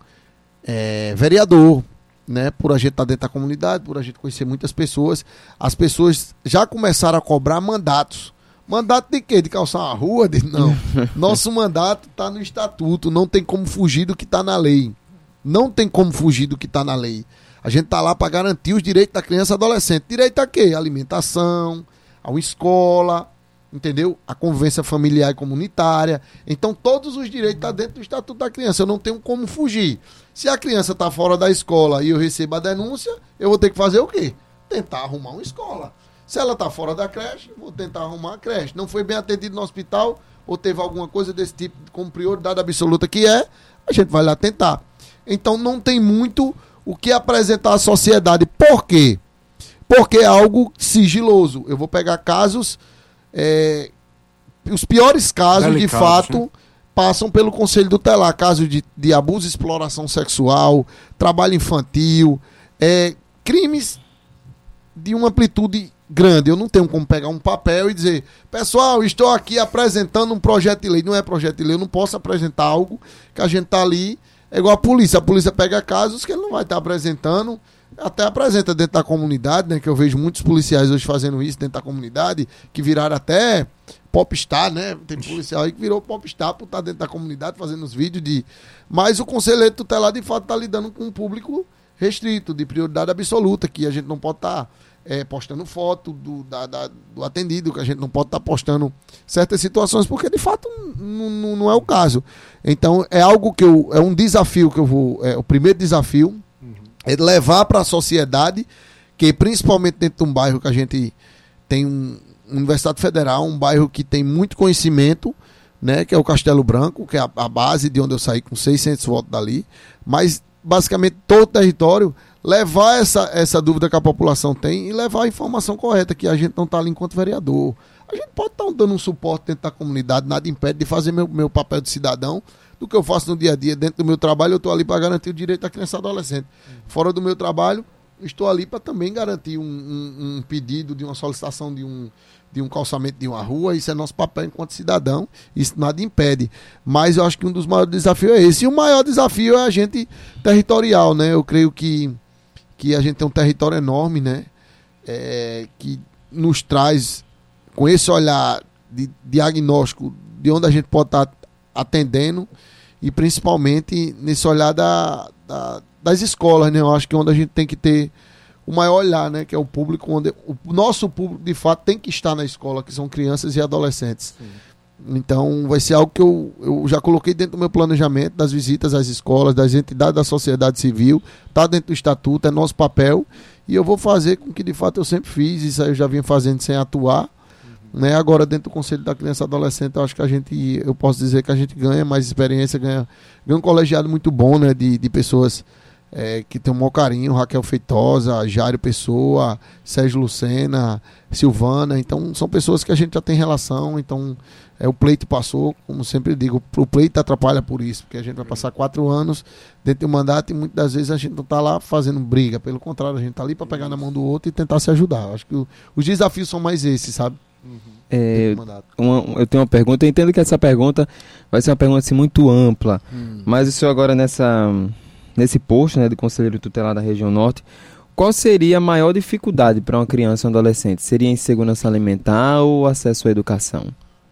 [SPEAKER 4] é, vereador, né? Por a gente estar dentro da comunidade, por a gente conhecer muitas pessoas. As pessoas já começaram a cobrar mandatos. Mandato de quê? De calçar uma rua? De... Não. Nosso mandato está no estatuto, não tem como fugir do que está na lei. Não tem como fugir do que está na lei. A gente está lá para garantir os direitos da criança e adolescente. Direito a quê? Alimentação, a uma escola, entendeu? A convivência familiar e comunitária. Então, todos os direitos estão dentro do Estatuto da Criança. Eu não tenho como fugir. Se a criança está fora da escola e eu recebo a denúncia, eu vou ter que fazer o quê? Tentar arrumar uma escola. Se ela está fora da creche, vou tentar arrumar a creche. Não foi bem atendido no hospital, ou teve alguma coisa desse tipo, com prioridade absoluta que é, a gente vai lá tentar. Então, não tem muito o que apresentar à sociedade. Por quê? Porque é algo sigiloso. Eu vou pegar casos, é, os piores casos, Delicados, de fato, né? Passam pelo Conselho Tutelar. Casos de, de abuso e exploração sexual, trabalho infantil, é, crimes de uma amplitude grande. Eu não tenho como pegar um papel e dizer, pessoal, estou aqui apresentando um projeto de lei. Não é projeto de lei, eu não posso apresentar algo que a gente está ali. É igual a polícia. A polícia pega casos que ele não vai estar apresentando, até apresenta dentro da comunidade, né? Que eu vejo muitos policiais hoje fazendo isso dentro da comunidade, que viraram até popstar, né? Tem policial aí que virou popstar por estar dentro da comunidade fazendo os vídeos de... Mas o conselheiro tutelar, de fato, está lidando com um público restrito, de prioridade absoluta, que a gente não pode estar... Tá É, postando foto do, da, da, do atendido, que a gente não pode estar tá postando certas situações, porque de fato não é o caso. Então é algo que eu, é um desafio que eu vou, é, o primeiro desafio uhum. é levar para a sociedade, que principalmente dentro de um bairro que a gente tem um, uma Universidade Federal, um bairro que tem muito conhecimento, né, que é o Castelo Branco, que é a, a base de onde eu saí com seiscentos votos dali, mas basicamente todo o território, levar essa, essa dúvida que a população tem e levar a informação correta, que a gente não está ali enquanto vereador. A gente pode estar tá dando um suporte dentro da comunidade, nada impede de fazer meu, meu papel de cidadão, do que eu faço no dia a dia. Dentro do meu trabalho, eu estou ali para garantir o direito da criança e adolescente. Fora do meu trabalho, estou ali para também garantir um, um, um pedido de uma solicitação de um, de um calçamento de uma rua. Isso é nosso papel enquanto cidadão, isso nada impede. Mas eu acho que um dos maiores desafios é esse. E o maior desafio é a gente territorial, né? Eu creio que que a gente tem um território enorme, né, é, que nos traz, com esse olhar de diagnóstico de onde a gente pode estar atendendo, e principalmente nesse olhar da, da, das escolas, né, eu acho que é onde a gente tem que ter o maior olhar, né, que é o público, onde o nosso público de fato tem que estar na escola, que são crianças e adolescentes. Sim. Então vai ser algo que eu, eu já coloquei dentro do meu planejamento, das visitas às escolas, das entidades da sociedade civil, está dentro do estatuto, é nosso papel, e eu vou fazer com que de fato eu sempre fiz, isso aí eu já vinha fazendo sem atuar, uhum. né? Agora dentro do Conselho da Criança e Adolescente, eu acho que a gente, eu posso dizer que a gente ganha mais experiência, ganha, ganha um colegiado muito bom, né? de, de pessoas é, que tem um maior carinho, Raquel Feitosa, Jário Pessoa, Sérgio Lucena, Silvana, então são pessoas que a gente já tem relação, então... É, o pleito passou, como sempre digo, o pleito atrapalha por isso, porque a gente vai passar quatro anos dentro do mandato e muitas das vezes a gente não está lá fazendo briga, pelo contrário, a gente está ali para pegar na mão do outro e tentar se ajudar. Acho que o, os desafios são mais esses, sabe? Uhum.
[SPEAKER 3] É, uma, eu tenho uma pergunta, eu entendo que essa pergunta vai ser uma pergunta assim, muito ampla, hum. mas o senhor agora nessa, nesse posto, né, de conselheiro tutelar da região norte, qual seria a maior dificuldade para uma criança ou um adolescente? Seria a insegurança alimentar ou acesso à educação?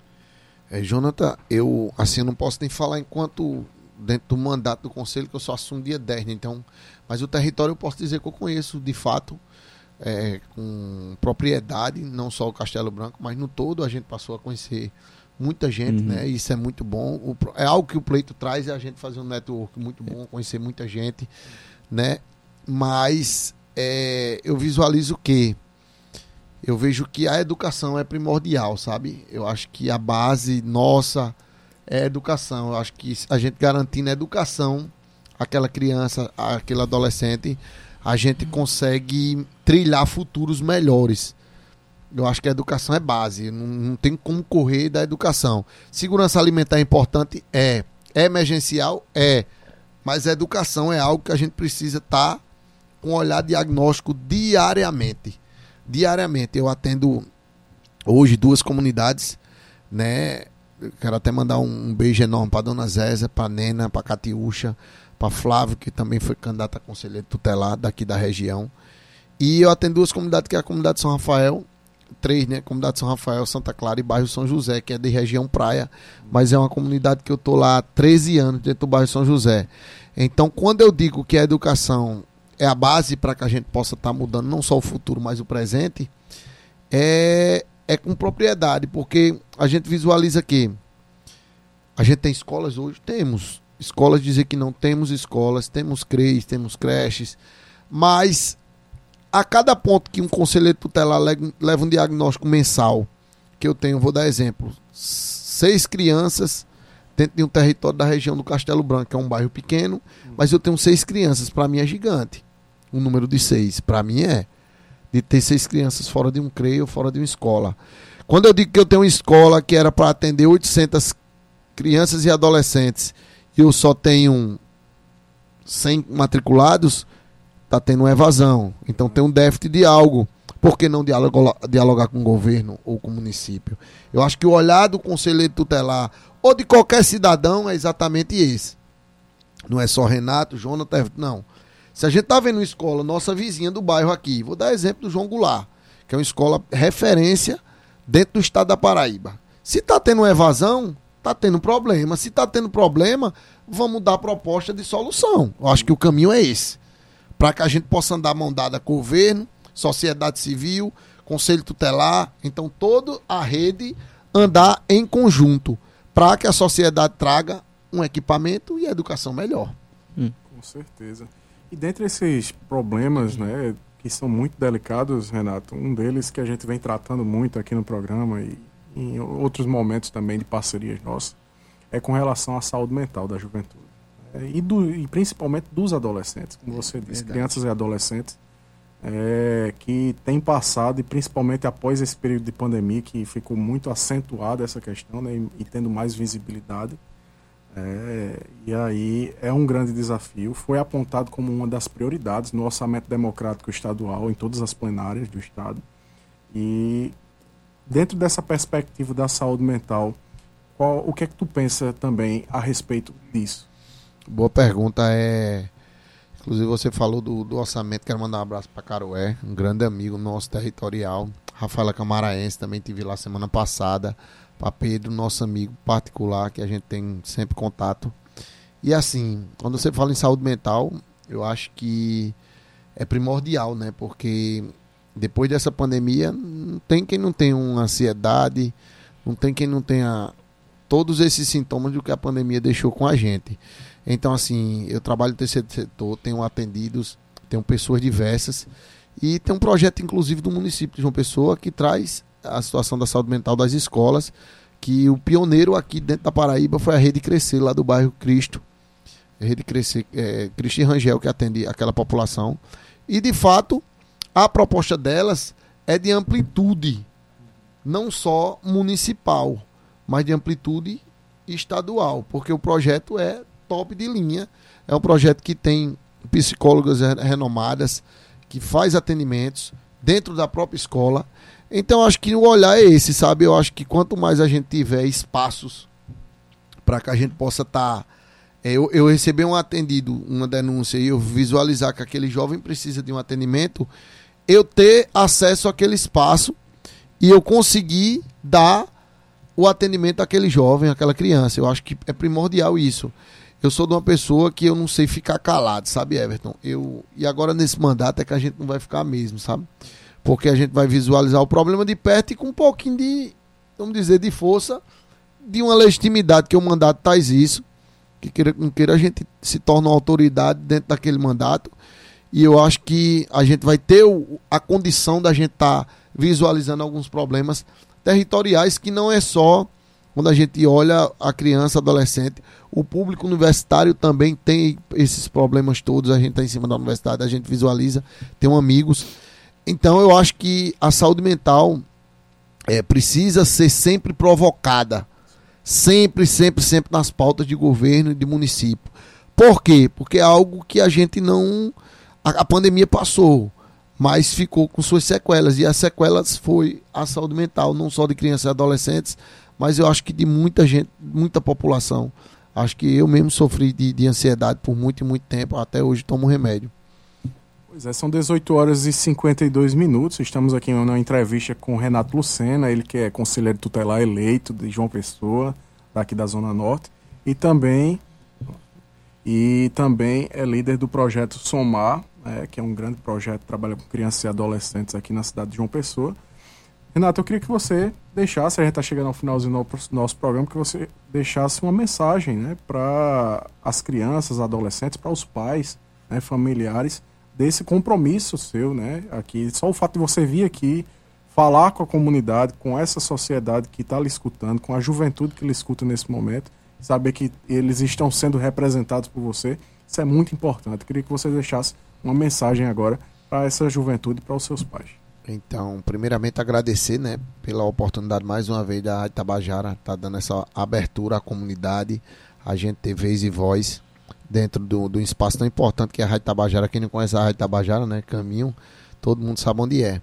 [SPEAKER 4] É, Jonathan, eu assim eu não posso nem falar enquanto dentro do mandato do conselho, que eu só assumo dia dez, né? Então, mas o território eu posso dizer que eu conheço de fato, é, com propriedade, não só o Castelo Branco, mas no todo a gente passou a conhecer muita gente, uhum. né? Isso é muito bom. O, é algo que o pleito traz, é a gente fazer um network muito bom, conhecer muita gente, né? Mas é, eu visualizo que eu vejo que a educação é primordial, sabe? Eu acho que a base nossa é a educação. Eu acho que a gente garantindo a educação, aquela criança, aquele adolescente, a gente consegue trilhar futuros melhores. Eu acho que a educação é base, não, não tem como correr da educação. Segurança alimentar é importante? É. É emergencial? É. Mas a educação é algo que a gente precisa estar com um olhar diagnóstico diariamente. Diariamente. Eu atendo hoje duas comunidades, né? Eu quero até mandar um, um beijo enorme para Dona Zézia, para Nena, para Catiúcha, para Flávio, que também foi candidato a conselheiro tutelar daqui da região. E eu atendo duas comunidades, que é a comunidade São Rafael, três, né? Comunidade São Rafael, Santa Clara e bairro São José, que é de região praia, mas é uma comunidade que eu tô lá há treze anos dentro do bairro São José. Então, quando eu digo que a educação é a base para que a gente possa estar tá mudando não só o futuro, mas o presente, é, é com propriedade, porque a gente visualiza que a gente tem escolas hoje, temos escolas, dizer que não temos escolas, temos C R E S, temos creches, mas a cada ponto que um conselheiro tutelar leva um diagnóstico mensal, que eu tenho, vou dar exemplo, seis crianças dentro de um território da região do Castelo Branco, que é um bairro pequeno, mas eu tenho seis crianças, para mim é gigante, o número de seis, para mim é, de ter seis crianças fora de um C R E ou fora de uma escola. Quando eu digo que eu tenho uma escola que era para atender oitocentas crianças e adolescentes, e eu só tenho cem matriculados, está tendo uma evasão. Então tem um déficit de algo. Por que não dialogar, dialogar com o governo ou com o município? Eu acho que o olhar do conselheiro tutelar ou de qualquer cidadão é exatamente esse. Não é só Renato, Jonathan, não. Se a gente está vendo uma escola, nossa vizinha do bairro aqui, vou dar exemplo do João Goulart, que é uma escola referência dentro do estado da Paraíba. Se está tendo uma evasão, está tendo problema. Se está tendo problema, vamos dar proposta de solução. Eu acho que o caminho é esse. Para que a gente possa andar mão dada com o governo, sociedade civil, conselho tutelar, então toda a rede andar em conjunto, para que a sociedade traga um equipamento e a educação melhor.
[SPEAKER 2] Hum. Com certeza. E dentre esses problemas, né, que são muito delicados, Renato, um deles que a gente vem tratando muito aqui no programa e em outros momentos também de parcerias nossas, é com relação à saúde mental da juventude. E, do, e principalmente dos adolescentes, como você disse, Verdade. crianças e adolescentes é, que têm passado, e principalmente após esse período de pandemia, que ficou muito acentuada essa questão, né, e, e tendo mais visibilidade. É, e aí é um grande desafio. Foi apontado como uma das prioridades no orçamento democrático estadual, em todas as plenárias do estado. E dentro dessa perspectiva da saúde mental, qual, o que é que tu pensa também a respeito disso?
[SPEAKER 4] Boa pergunta. É... Inclusive você falou do, do orçamento, quero mandar um abraço para Carué, um grande amigo nosso territorial, Rafaela Camaraense, também tive lá semana passada, para Pedro, nosso amigo particular, que a gente tem sempre contato. E assim, quando você fala em saúde mental, eu acho que é primordial, né? Porque depois dessa pandemia, não tem quem não tenha uma ansiedade, não tem quem não tenha todos esses sintomas do que a pandemia deixou com a gente. Então, assim, eu trabalho no terceiro setor, tenho atendidos, tenho pessoas diversas, e tem um projeto, inclusive, do município de João Pessoa, que traz a situação da saúde mental das escolas, que o pioneiro aqui dentro da Paraíba foi a Rede Crescer, lá do bairro Cristo, a Rede Crescer, é, Cristo e Rangel, que atende aquela população, e de fato a proposta delas é de amplitude, não só municipal, mas de amplitude estadual, porque o projeto é top de linha, é um projeto que tem psicólogas renomadas, que faz atendimentos dentro da própria escola. Então acho que o olhar é esse, sabe? Eu acho que quanto mais a gente tiver espaços para que a gente possa estar... Tá, é, eu, eu recebi um atendido, uma denúncia, e eu visualizar que aquele jovem precisa de um atendimento, eu ter acesso àquele espaço e eu conseguir dar o atendimento àquele jovem, àquela criança. Eu acho que é primordial isso. Eu sou de uma pessoa que eu não sei ficar calado, sabe, Everton? Eu, e agora nesse mandato é que a gente não vai ficar mesmo, sabe? Porque a gente vai visualizar o problema de perto e com um pouquinho de, vamos dizer, de força, de uma legitimidade, que o mandato traz isso, que queira, não queira, a gente se torna uma autoridade dentro daquele mandato, e eu acho que a gente vai ter o, a condição da gente estar tá visualizando alguns problemas territoriais que não é só quando a gente olha a criança, adolescente. O público universitário também tem esses problemas todos, a gente está em cima da universidade, a gente visualiza, tem amigos. Então eu acho que a saúde mental é, precisa ser sempre provocada, sempre, sempre, sempre nas pautas de governo e de município. Por quê? Porque é algo que a gente não... A, a pandemia passou, mas ficou com suas sequelas, e as sequelas foi a saúde mental, não só de crianças e adolescentes, mas eu acho que de muita gente, muita população. Acho que eu mesmo sofri de, de ansiedade por muito e muito tempo, até hoje tomo remédio.
[SPEAKER 2] Pois é, são dezoito horas e cinquenta e dois minutos, estamos aqui numa entrevista com o Renato Lucena, ele que é conselheiro tutelar eleito de João Pessoa, daqui da Zona Norte, e também, e também é líder do projeto Somar, é, que é um grande projeto que trabalha com crianças e adolescentes aqui na cidade de João Pessoa. Renato, eu queria que você deixasse, a gente está chegando ao finalzinho do nosso programa, que você deixasse uma mensagem, né, para as crianças, adolescentes, para os pais, né, familiares, desse compromisso seu, né, aqui. Só o fato de você vir aqui, falar com a comunidade, com essa sociedade que está lhe escutando, com a juventude que lhe escuta nesse momento, saber que eles estão sendo representados por você, isso é muito importante. Eu queria que você deixasse uma mensagem agora para essa juventude e para os seus pais.
[SPEAKER 4] Então, primeiramente agradecer, né, pela oportunidade mais uma vez da Rádio Tabajara, tá dando essa abertura à comunidade, a gente ter vez e voz dentro do, do espaço tão importante que é a Rádio Tabajara. Quem não conhece a Rádio Tabajara, né, caminho, todo mundo sabe onde é.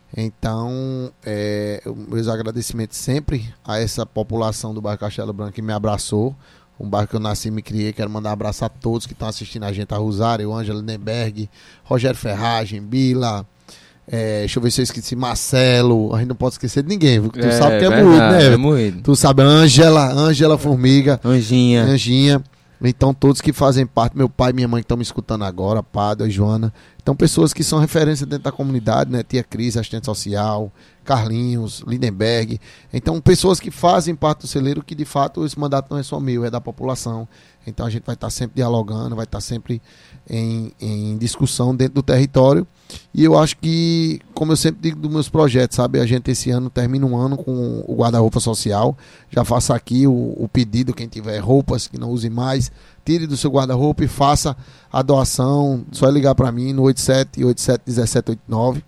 [SPEAKER 4] Então, é, meus agradecimentos sempre a essa população do bairro Castelo Branco que me abraçou, um bairro que eu nasci e me criei. Quero mandar um abraço a todos que estão assistindo a gente, a Rosário, Ângela Lindenberg, Rogério Ferragem, Bila, É, deixa eu ver se eu esqueci, Marcelo, a gente não pode esquecer de ninguém, viu? Tu
[SPEAKER 3] é,
[SPEAKER 4] sabe que é
[SPEAKER 3] verdade,
[SPEAKER 4] moído, né?
[SPEAKER 3] É moído.
[SPEAKER 4] Tu sabe, Ângela, Ângela Formiga,
[SPEAKER 3] Anjinha.
[SPEAKER 4] Anjinha. Então, todos que fazem parte, meu pai e minha mãe que estão me escutando agora, Pada, Joana. Então, pessoas que são referência dentro da comunidade, né? Tia Cris, assistente social, Carlinhos, Lindenberg. Então, pessoas que fazem parte do celeiro, que de fato esse mandato não é só meu, é da população. Então, a gente vai estar sempre dialogando, vai estar sempre em, em discussão dentro do território. E eu acho que, como eu sempre digo dos meus projetos, sabe? A gente esse ano termina um ano com o guarda-roupa social. Já faça aqui o, o pedido, quem tiver roupas que não use mais, tire do seu guarda-roupa e faça a doação. Só é ligar para mim no oito sete oito sete um sete oito nove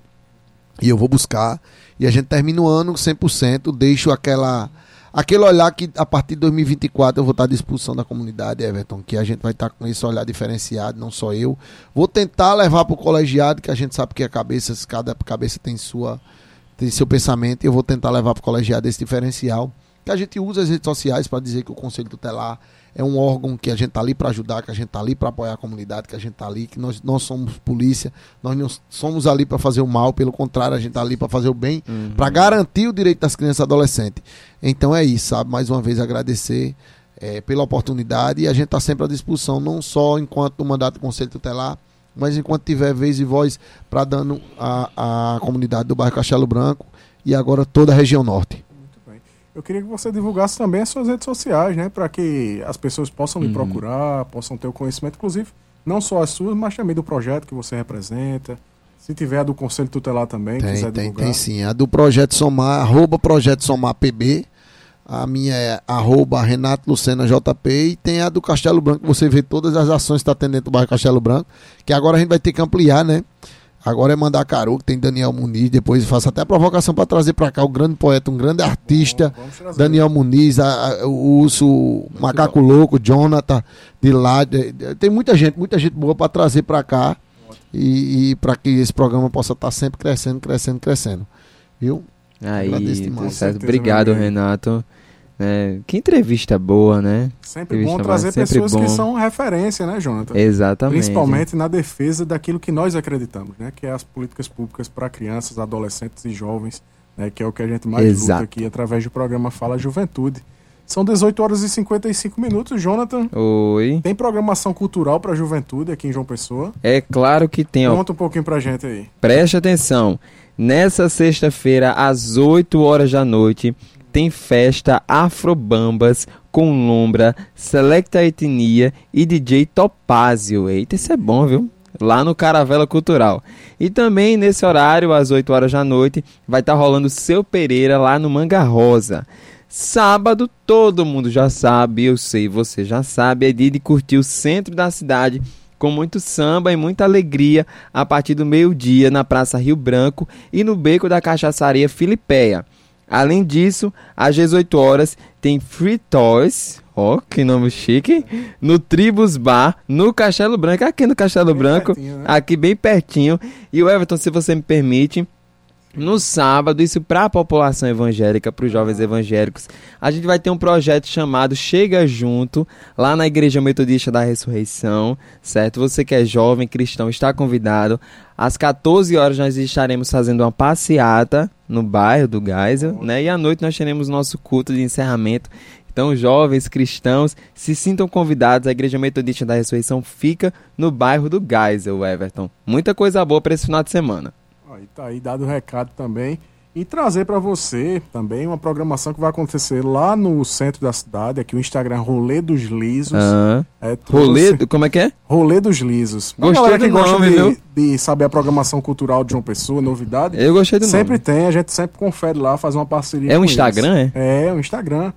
[SPEAKER 4] e eu vou buscar. E a gente termina o ano cem por cento, deixo aquela... Aquele olhar que a partir de dois mil e vinte e quatro eu vou estar à disposição da comunidade, Everton, que a gente vai estar com esse olhar diferenciado, não só eu. Vou tentar levar para o colegiado, que a gente sabe que a cabeça, cada cabeça tem, sua, tem seu pensamento, e eu vou tentar levar para o colegiado esse diferencial. Que a gente usa as redes sociais para dizer que o Conselho Tutelar é um órgão que a gente está ali para ajudar, que a gente está ali para apoiar a comunidade, que a gente está ali, que nós, nós somos polícia, nós não somos ali para fazer o mal, pelo contrário, a gente está ali para fazer o bem, uhum. para garantir o direito das crianças e adolescentes. Então é isso, sabe? Mais uma vez agradecer é, pela oportunidade, e a gente está sempre à disposição, não só enquanto o mandato do Conselho Tutelar, mas enquanto tiver vez e voz para dando a, a comunidade do bairro Castelo Branco e agora toda a região norte.
[SPEAKER 2] Eu queria que você divulgasse também as suas redes sociais, né? Para que as pessoas possam lhe uhum. procurar, possam ter o conhecimento, inclusive, não só as suas, mas também do projeto que você representa. Se tiver a do Conselho Tutelar também,
[SPEAKER 4] tem,
[SPEAKER 2] quiser
[SPEAKER 4] tem,
[SPEAKER 2] divulgar.
[SPEAKER 4] Tem sim. A do Projeto Somar, arroba Projeto Somar P B. A minha é arroba Renato Lucena J P. E tem a do Castelo Branco, que você vê todas as ações que está tendo dentro do bairro Castelo Branco. Que agora a gente vai ter que ampliar, né? Agora é mandar Caru, que tem Daniel Muniz, depois faço até a provocação para trazer para cá o grande poeta, um grande artista, bom, Daniel Muniz, a, a, o Urso, o Macaco bom. Louco, Jonathan, de lá. De, de, tem muita gente, muita gente boa para trazer para cá e, e para que esse programa possa estar tá sempre crescendo, crescendo, crescendo. Viu?
[SPEAKER 3] Aí, tudo certo. Obrigado, Renato. É, que entrevista boa, né?
[SPEAKER 2] Sempre entrevista bom trazer sempre pessoas bom. Que são referência, né, Jonathan?
[SPEAKER 3] Exatamente.
[SPEAKER 2] Principalmente na defesa daquilo que nós acreditamos, né? Que é as políticas públicas para crianças, adolescentes e jovens, né? Que é o que a gente mais Exato. Luta aqui através do programa Fala Juventude. São dezoito horas e cinquenta e cinco minutos, Jonathan.
[SPEAKER 3] Oi.
[SPEAKER 2] Tem programação cultural para a juventude aqui em João Pessoa?
[SPEAKER 3] É claro que tem.
[SPEAKER 2] Conta um pouquinho pra gente aí.
[SPEAKER 3] Preste atenção. Nessa sexta-feira, às oito horas da noite, tem festa Afrobambas com Lombra, Selecta Etnia e D J Topázio. Eita, isso é bom, viu? lá no Caravela Cultural. E também nesse horário, às oito horas da noite, vai estar rolando Seu Pereira lá no Manga Rosa. Sábado, todo mundo já sabe, eu sei, você já sabe, é dia de curtir o centro da cidade com muito samba e muita alegria a partir do meio-dia na Praça Rio Branco e no Beco da Cachaçaria Filipeia. Além disso, às dezoito horas tem Free Toys, ó, oh, que nome chique, no Tribus Bar, no Castelo Branco, aqui no Castelo bem Branco, pertinho, né? Aqui bem pertinho. E o Everton, se você me permite, no sábado, isso para a população evangélica, para os jovens evangélicos, a gente vai ter um projeto chamado Chega Junto, lá na Igreja Metodista da Ressurreição, certo? Você que é jovem, cristão, está convidado. Às quatorze horas nós estaremos fazendo uma passeata no bairro do Geisel, né? E à noite nós teremos nosso culto de encerramento. Então, jovens cristãos, se sintam convidados. A Igreja Metodista da Ressurreição fica no bairro do Geisel, Everton. Muita coisa boa para esse final de semana.
[SPEAKER 2] Aí tá aí dado o recado também. E trazer para você também uma programação que vai acontecer lá no centro da cidade, aqui o Instagram Rolê dos Lisos.
[SPEAKER 3] Ah,
[SPEAKER 2] é,
[SPEAKER 3] Rolê, como é que é?
[SPEAKER 2] Rolê dos Lisos. Pra
[SPEAKER 3] gostei
[SPEAKER 2] galera que
[SPEAKER 3] do
[SPEAKER 2] gosta
[SPEAKER 3] nome,
[SPEAKER 2] de,
[SPEAKER 3] viu?
[SPEAKER 2] de saber a programação cultural de João Pessoa, novidade.
[SPEAKER 3] Eu gostei do
[SPEAKER 2] sempre
[SPEAKER 3] nome.
[SPEAKER 2] Sempre tem, a gente sempre confere lá, faz uma parceria
[SPEAKER 3] É
[SPEAKER 2] com
[SPEAKER 3] um Instagram,
[SPEAKER 2] eles.
[SPEAKER 3] é?
[SPEAKER 2] É, é um Instagram.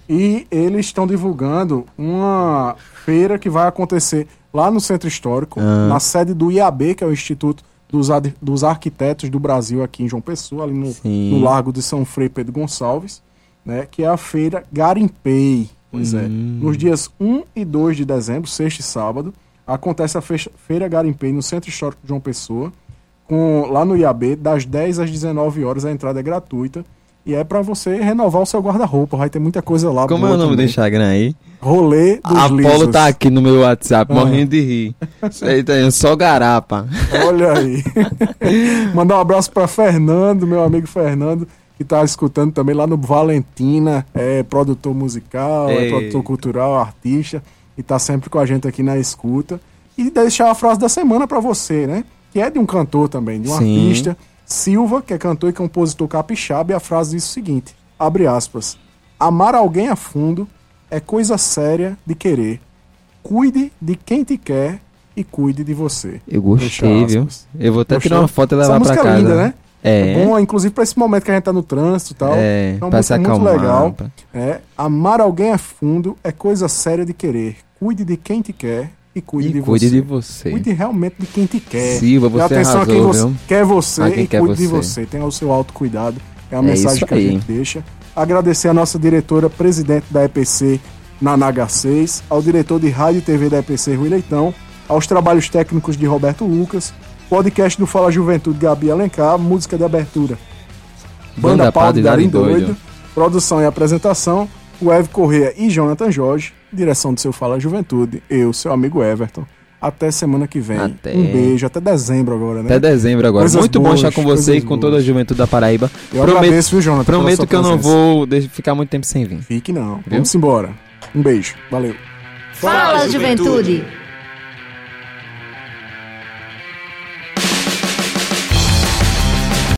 [SPEAKER 2] E eles estão divulgando uma feira que vai acontecer lá no Centro Histórico,
[SPEAKER 3] ah.
[SPEAKER 2] na sede do I A B, que é o Instituto Dos, ad, dos Arquitetos do Brasil, aqui em João Pessoa, ali no, no Largo de São Frei Pedro Gonçalves, né, que é a feira Garimpei. Pois hum. é. Nos dias um e dois de dezembro, sexta e sábado, acontece a fecha, feira Garimpei no Centro Histórico de João Pessoa, com, lá no I A B, das dez às dezenove horas, a entrada é gratuita. E é pra você renovar o seu guarda-roupa. Vai ter muita coisa lá.
[SPEAKER 3] Como é o nome
[SPEAKER 2] também.
[SPEAKER 3] do Instagram aí?
[SPEAKER 2] Rolê dos
[SPEAKER 3] A
[SPEAKER 2] Lisos.
[SPEAKER 3] Apolo tá aqui no meu WhatsApp, ah. morrendo de rir. Isso aí tá aí, só garapa.
[SPEAKER 2] Olha aí. Mandar um abraço pra Fernando, meu amigo Fernando, que tá escutando também lá no Valentina. É produtor musical, Ei. é produtor cultural, artista. E tá sempre com a gente aqui na escuta. E deixar a frase da semana pra você, né? Que é de um cantor também, de um Sim. artista. Silva, que é cantor e compositor capixaba, e a frase diz o seguinte, abre aspas, amar alguém a fundo é coisa séria de querer. Cuide de quem te quer e cuide de você.
[SPEAKER 3] Eu gostei, viu? Eu vou até
[SPEAKER 2] Gostou?
[SPEAKER 3] tirar uma foto e levar pra casa. Essa música é linda, né?
[SPEAKER 2] É. é bom, inclusive para esse momento que a gente tá no trânsito e tal.
[SPEAKER 3] É,
[SPEAKER 2] é uma
[SPEAKER 3] pra
[SPEAKER 2] música
[SPEAKER 3] se
[SPEAKER 2] muito
[SPEAKER 3] acalmar,
[SPEAKER 2] legal.
[SPEAKER 3] Pra...
[SPEAKER 2] É, amar alguém a fundo é coisa séria de querer. Cuide de quem te quer e cuide,
[SPEAKER 3] e
[SPEAKER 2] de,
[SPEAKER 3] cuide
[SPEAKER 2] você.
[SPEAKER 3] de você.
[SPEAKER 2] Cuide realmente de quem te quer.
[SPEAKER 3] Silva, você
[SPEAKER 2] atenção
[SPEAKER 3] arrasou,
[SPEAKER 2] a quem você
[SPEAKER 3] viu?
[SPEAKER 2] quer você
[SPEAKER 3] a quem
[SPEAKER 2] e
[SPEAKER 3] quer
[SPEAKER 2] cuide
[SPEAKER 3] você.
[SPEAKER 2] de você. Tenha o seu autocuidado. É a
[SPEAKER 3] é
[SPEAKER 2] mensagem que
[SPEAKER 3] aí.
[SPEAKER 2] a gente deixa. Agradecer a nossa diretora, presidente da E P C, Naná H seis, ao diretor de rádio e T V da E P C, Rui Leitão, aos trabalhos técnicos de Roberto Lucas, podcast do Fala Juventude, Gabi Alencar, música de abertura, Banda, Banda Padre Darim Doido, Doido, produção e apresentação, o Ev Corrêa e Jonathan Jorge, direção do seu Fala Juventude, eu, seu amigo Everton. Até semana que vem.
[SPEAKER 3] Até.
[SPEAKER 2] Um beijo, até dezembro agora, né?
[SPEAKER 3] Até dezembro agora.
[SPEAKER 2] Coisas
[SPEAKER 3] muito
[SPEAKER 2] boas,
[SPEAKER 3] bom estar com você e com
[SPEAKER 2] boas.
[SPEAKER 3] toda a juventude da Paraíba.
[SPEAKER 2] Eu
[SPEAKER 3] prometo,
[SPEAKER 2] agradeço, viu, Jonathan?
[SPEAKER 3] Prometo que eu não vou ficar muito tempo sem vir.
[SPEAKER 2] Fique não.
[SPEAKER 3] Viu?
[SPEAKER 2] Vamos embora. Um beijo. Valeu.
[SPEAKER 5] Fala, Fala Juventude!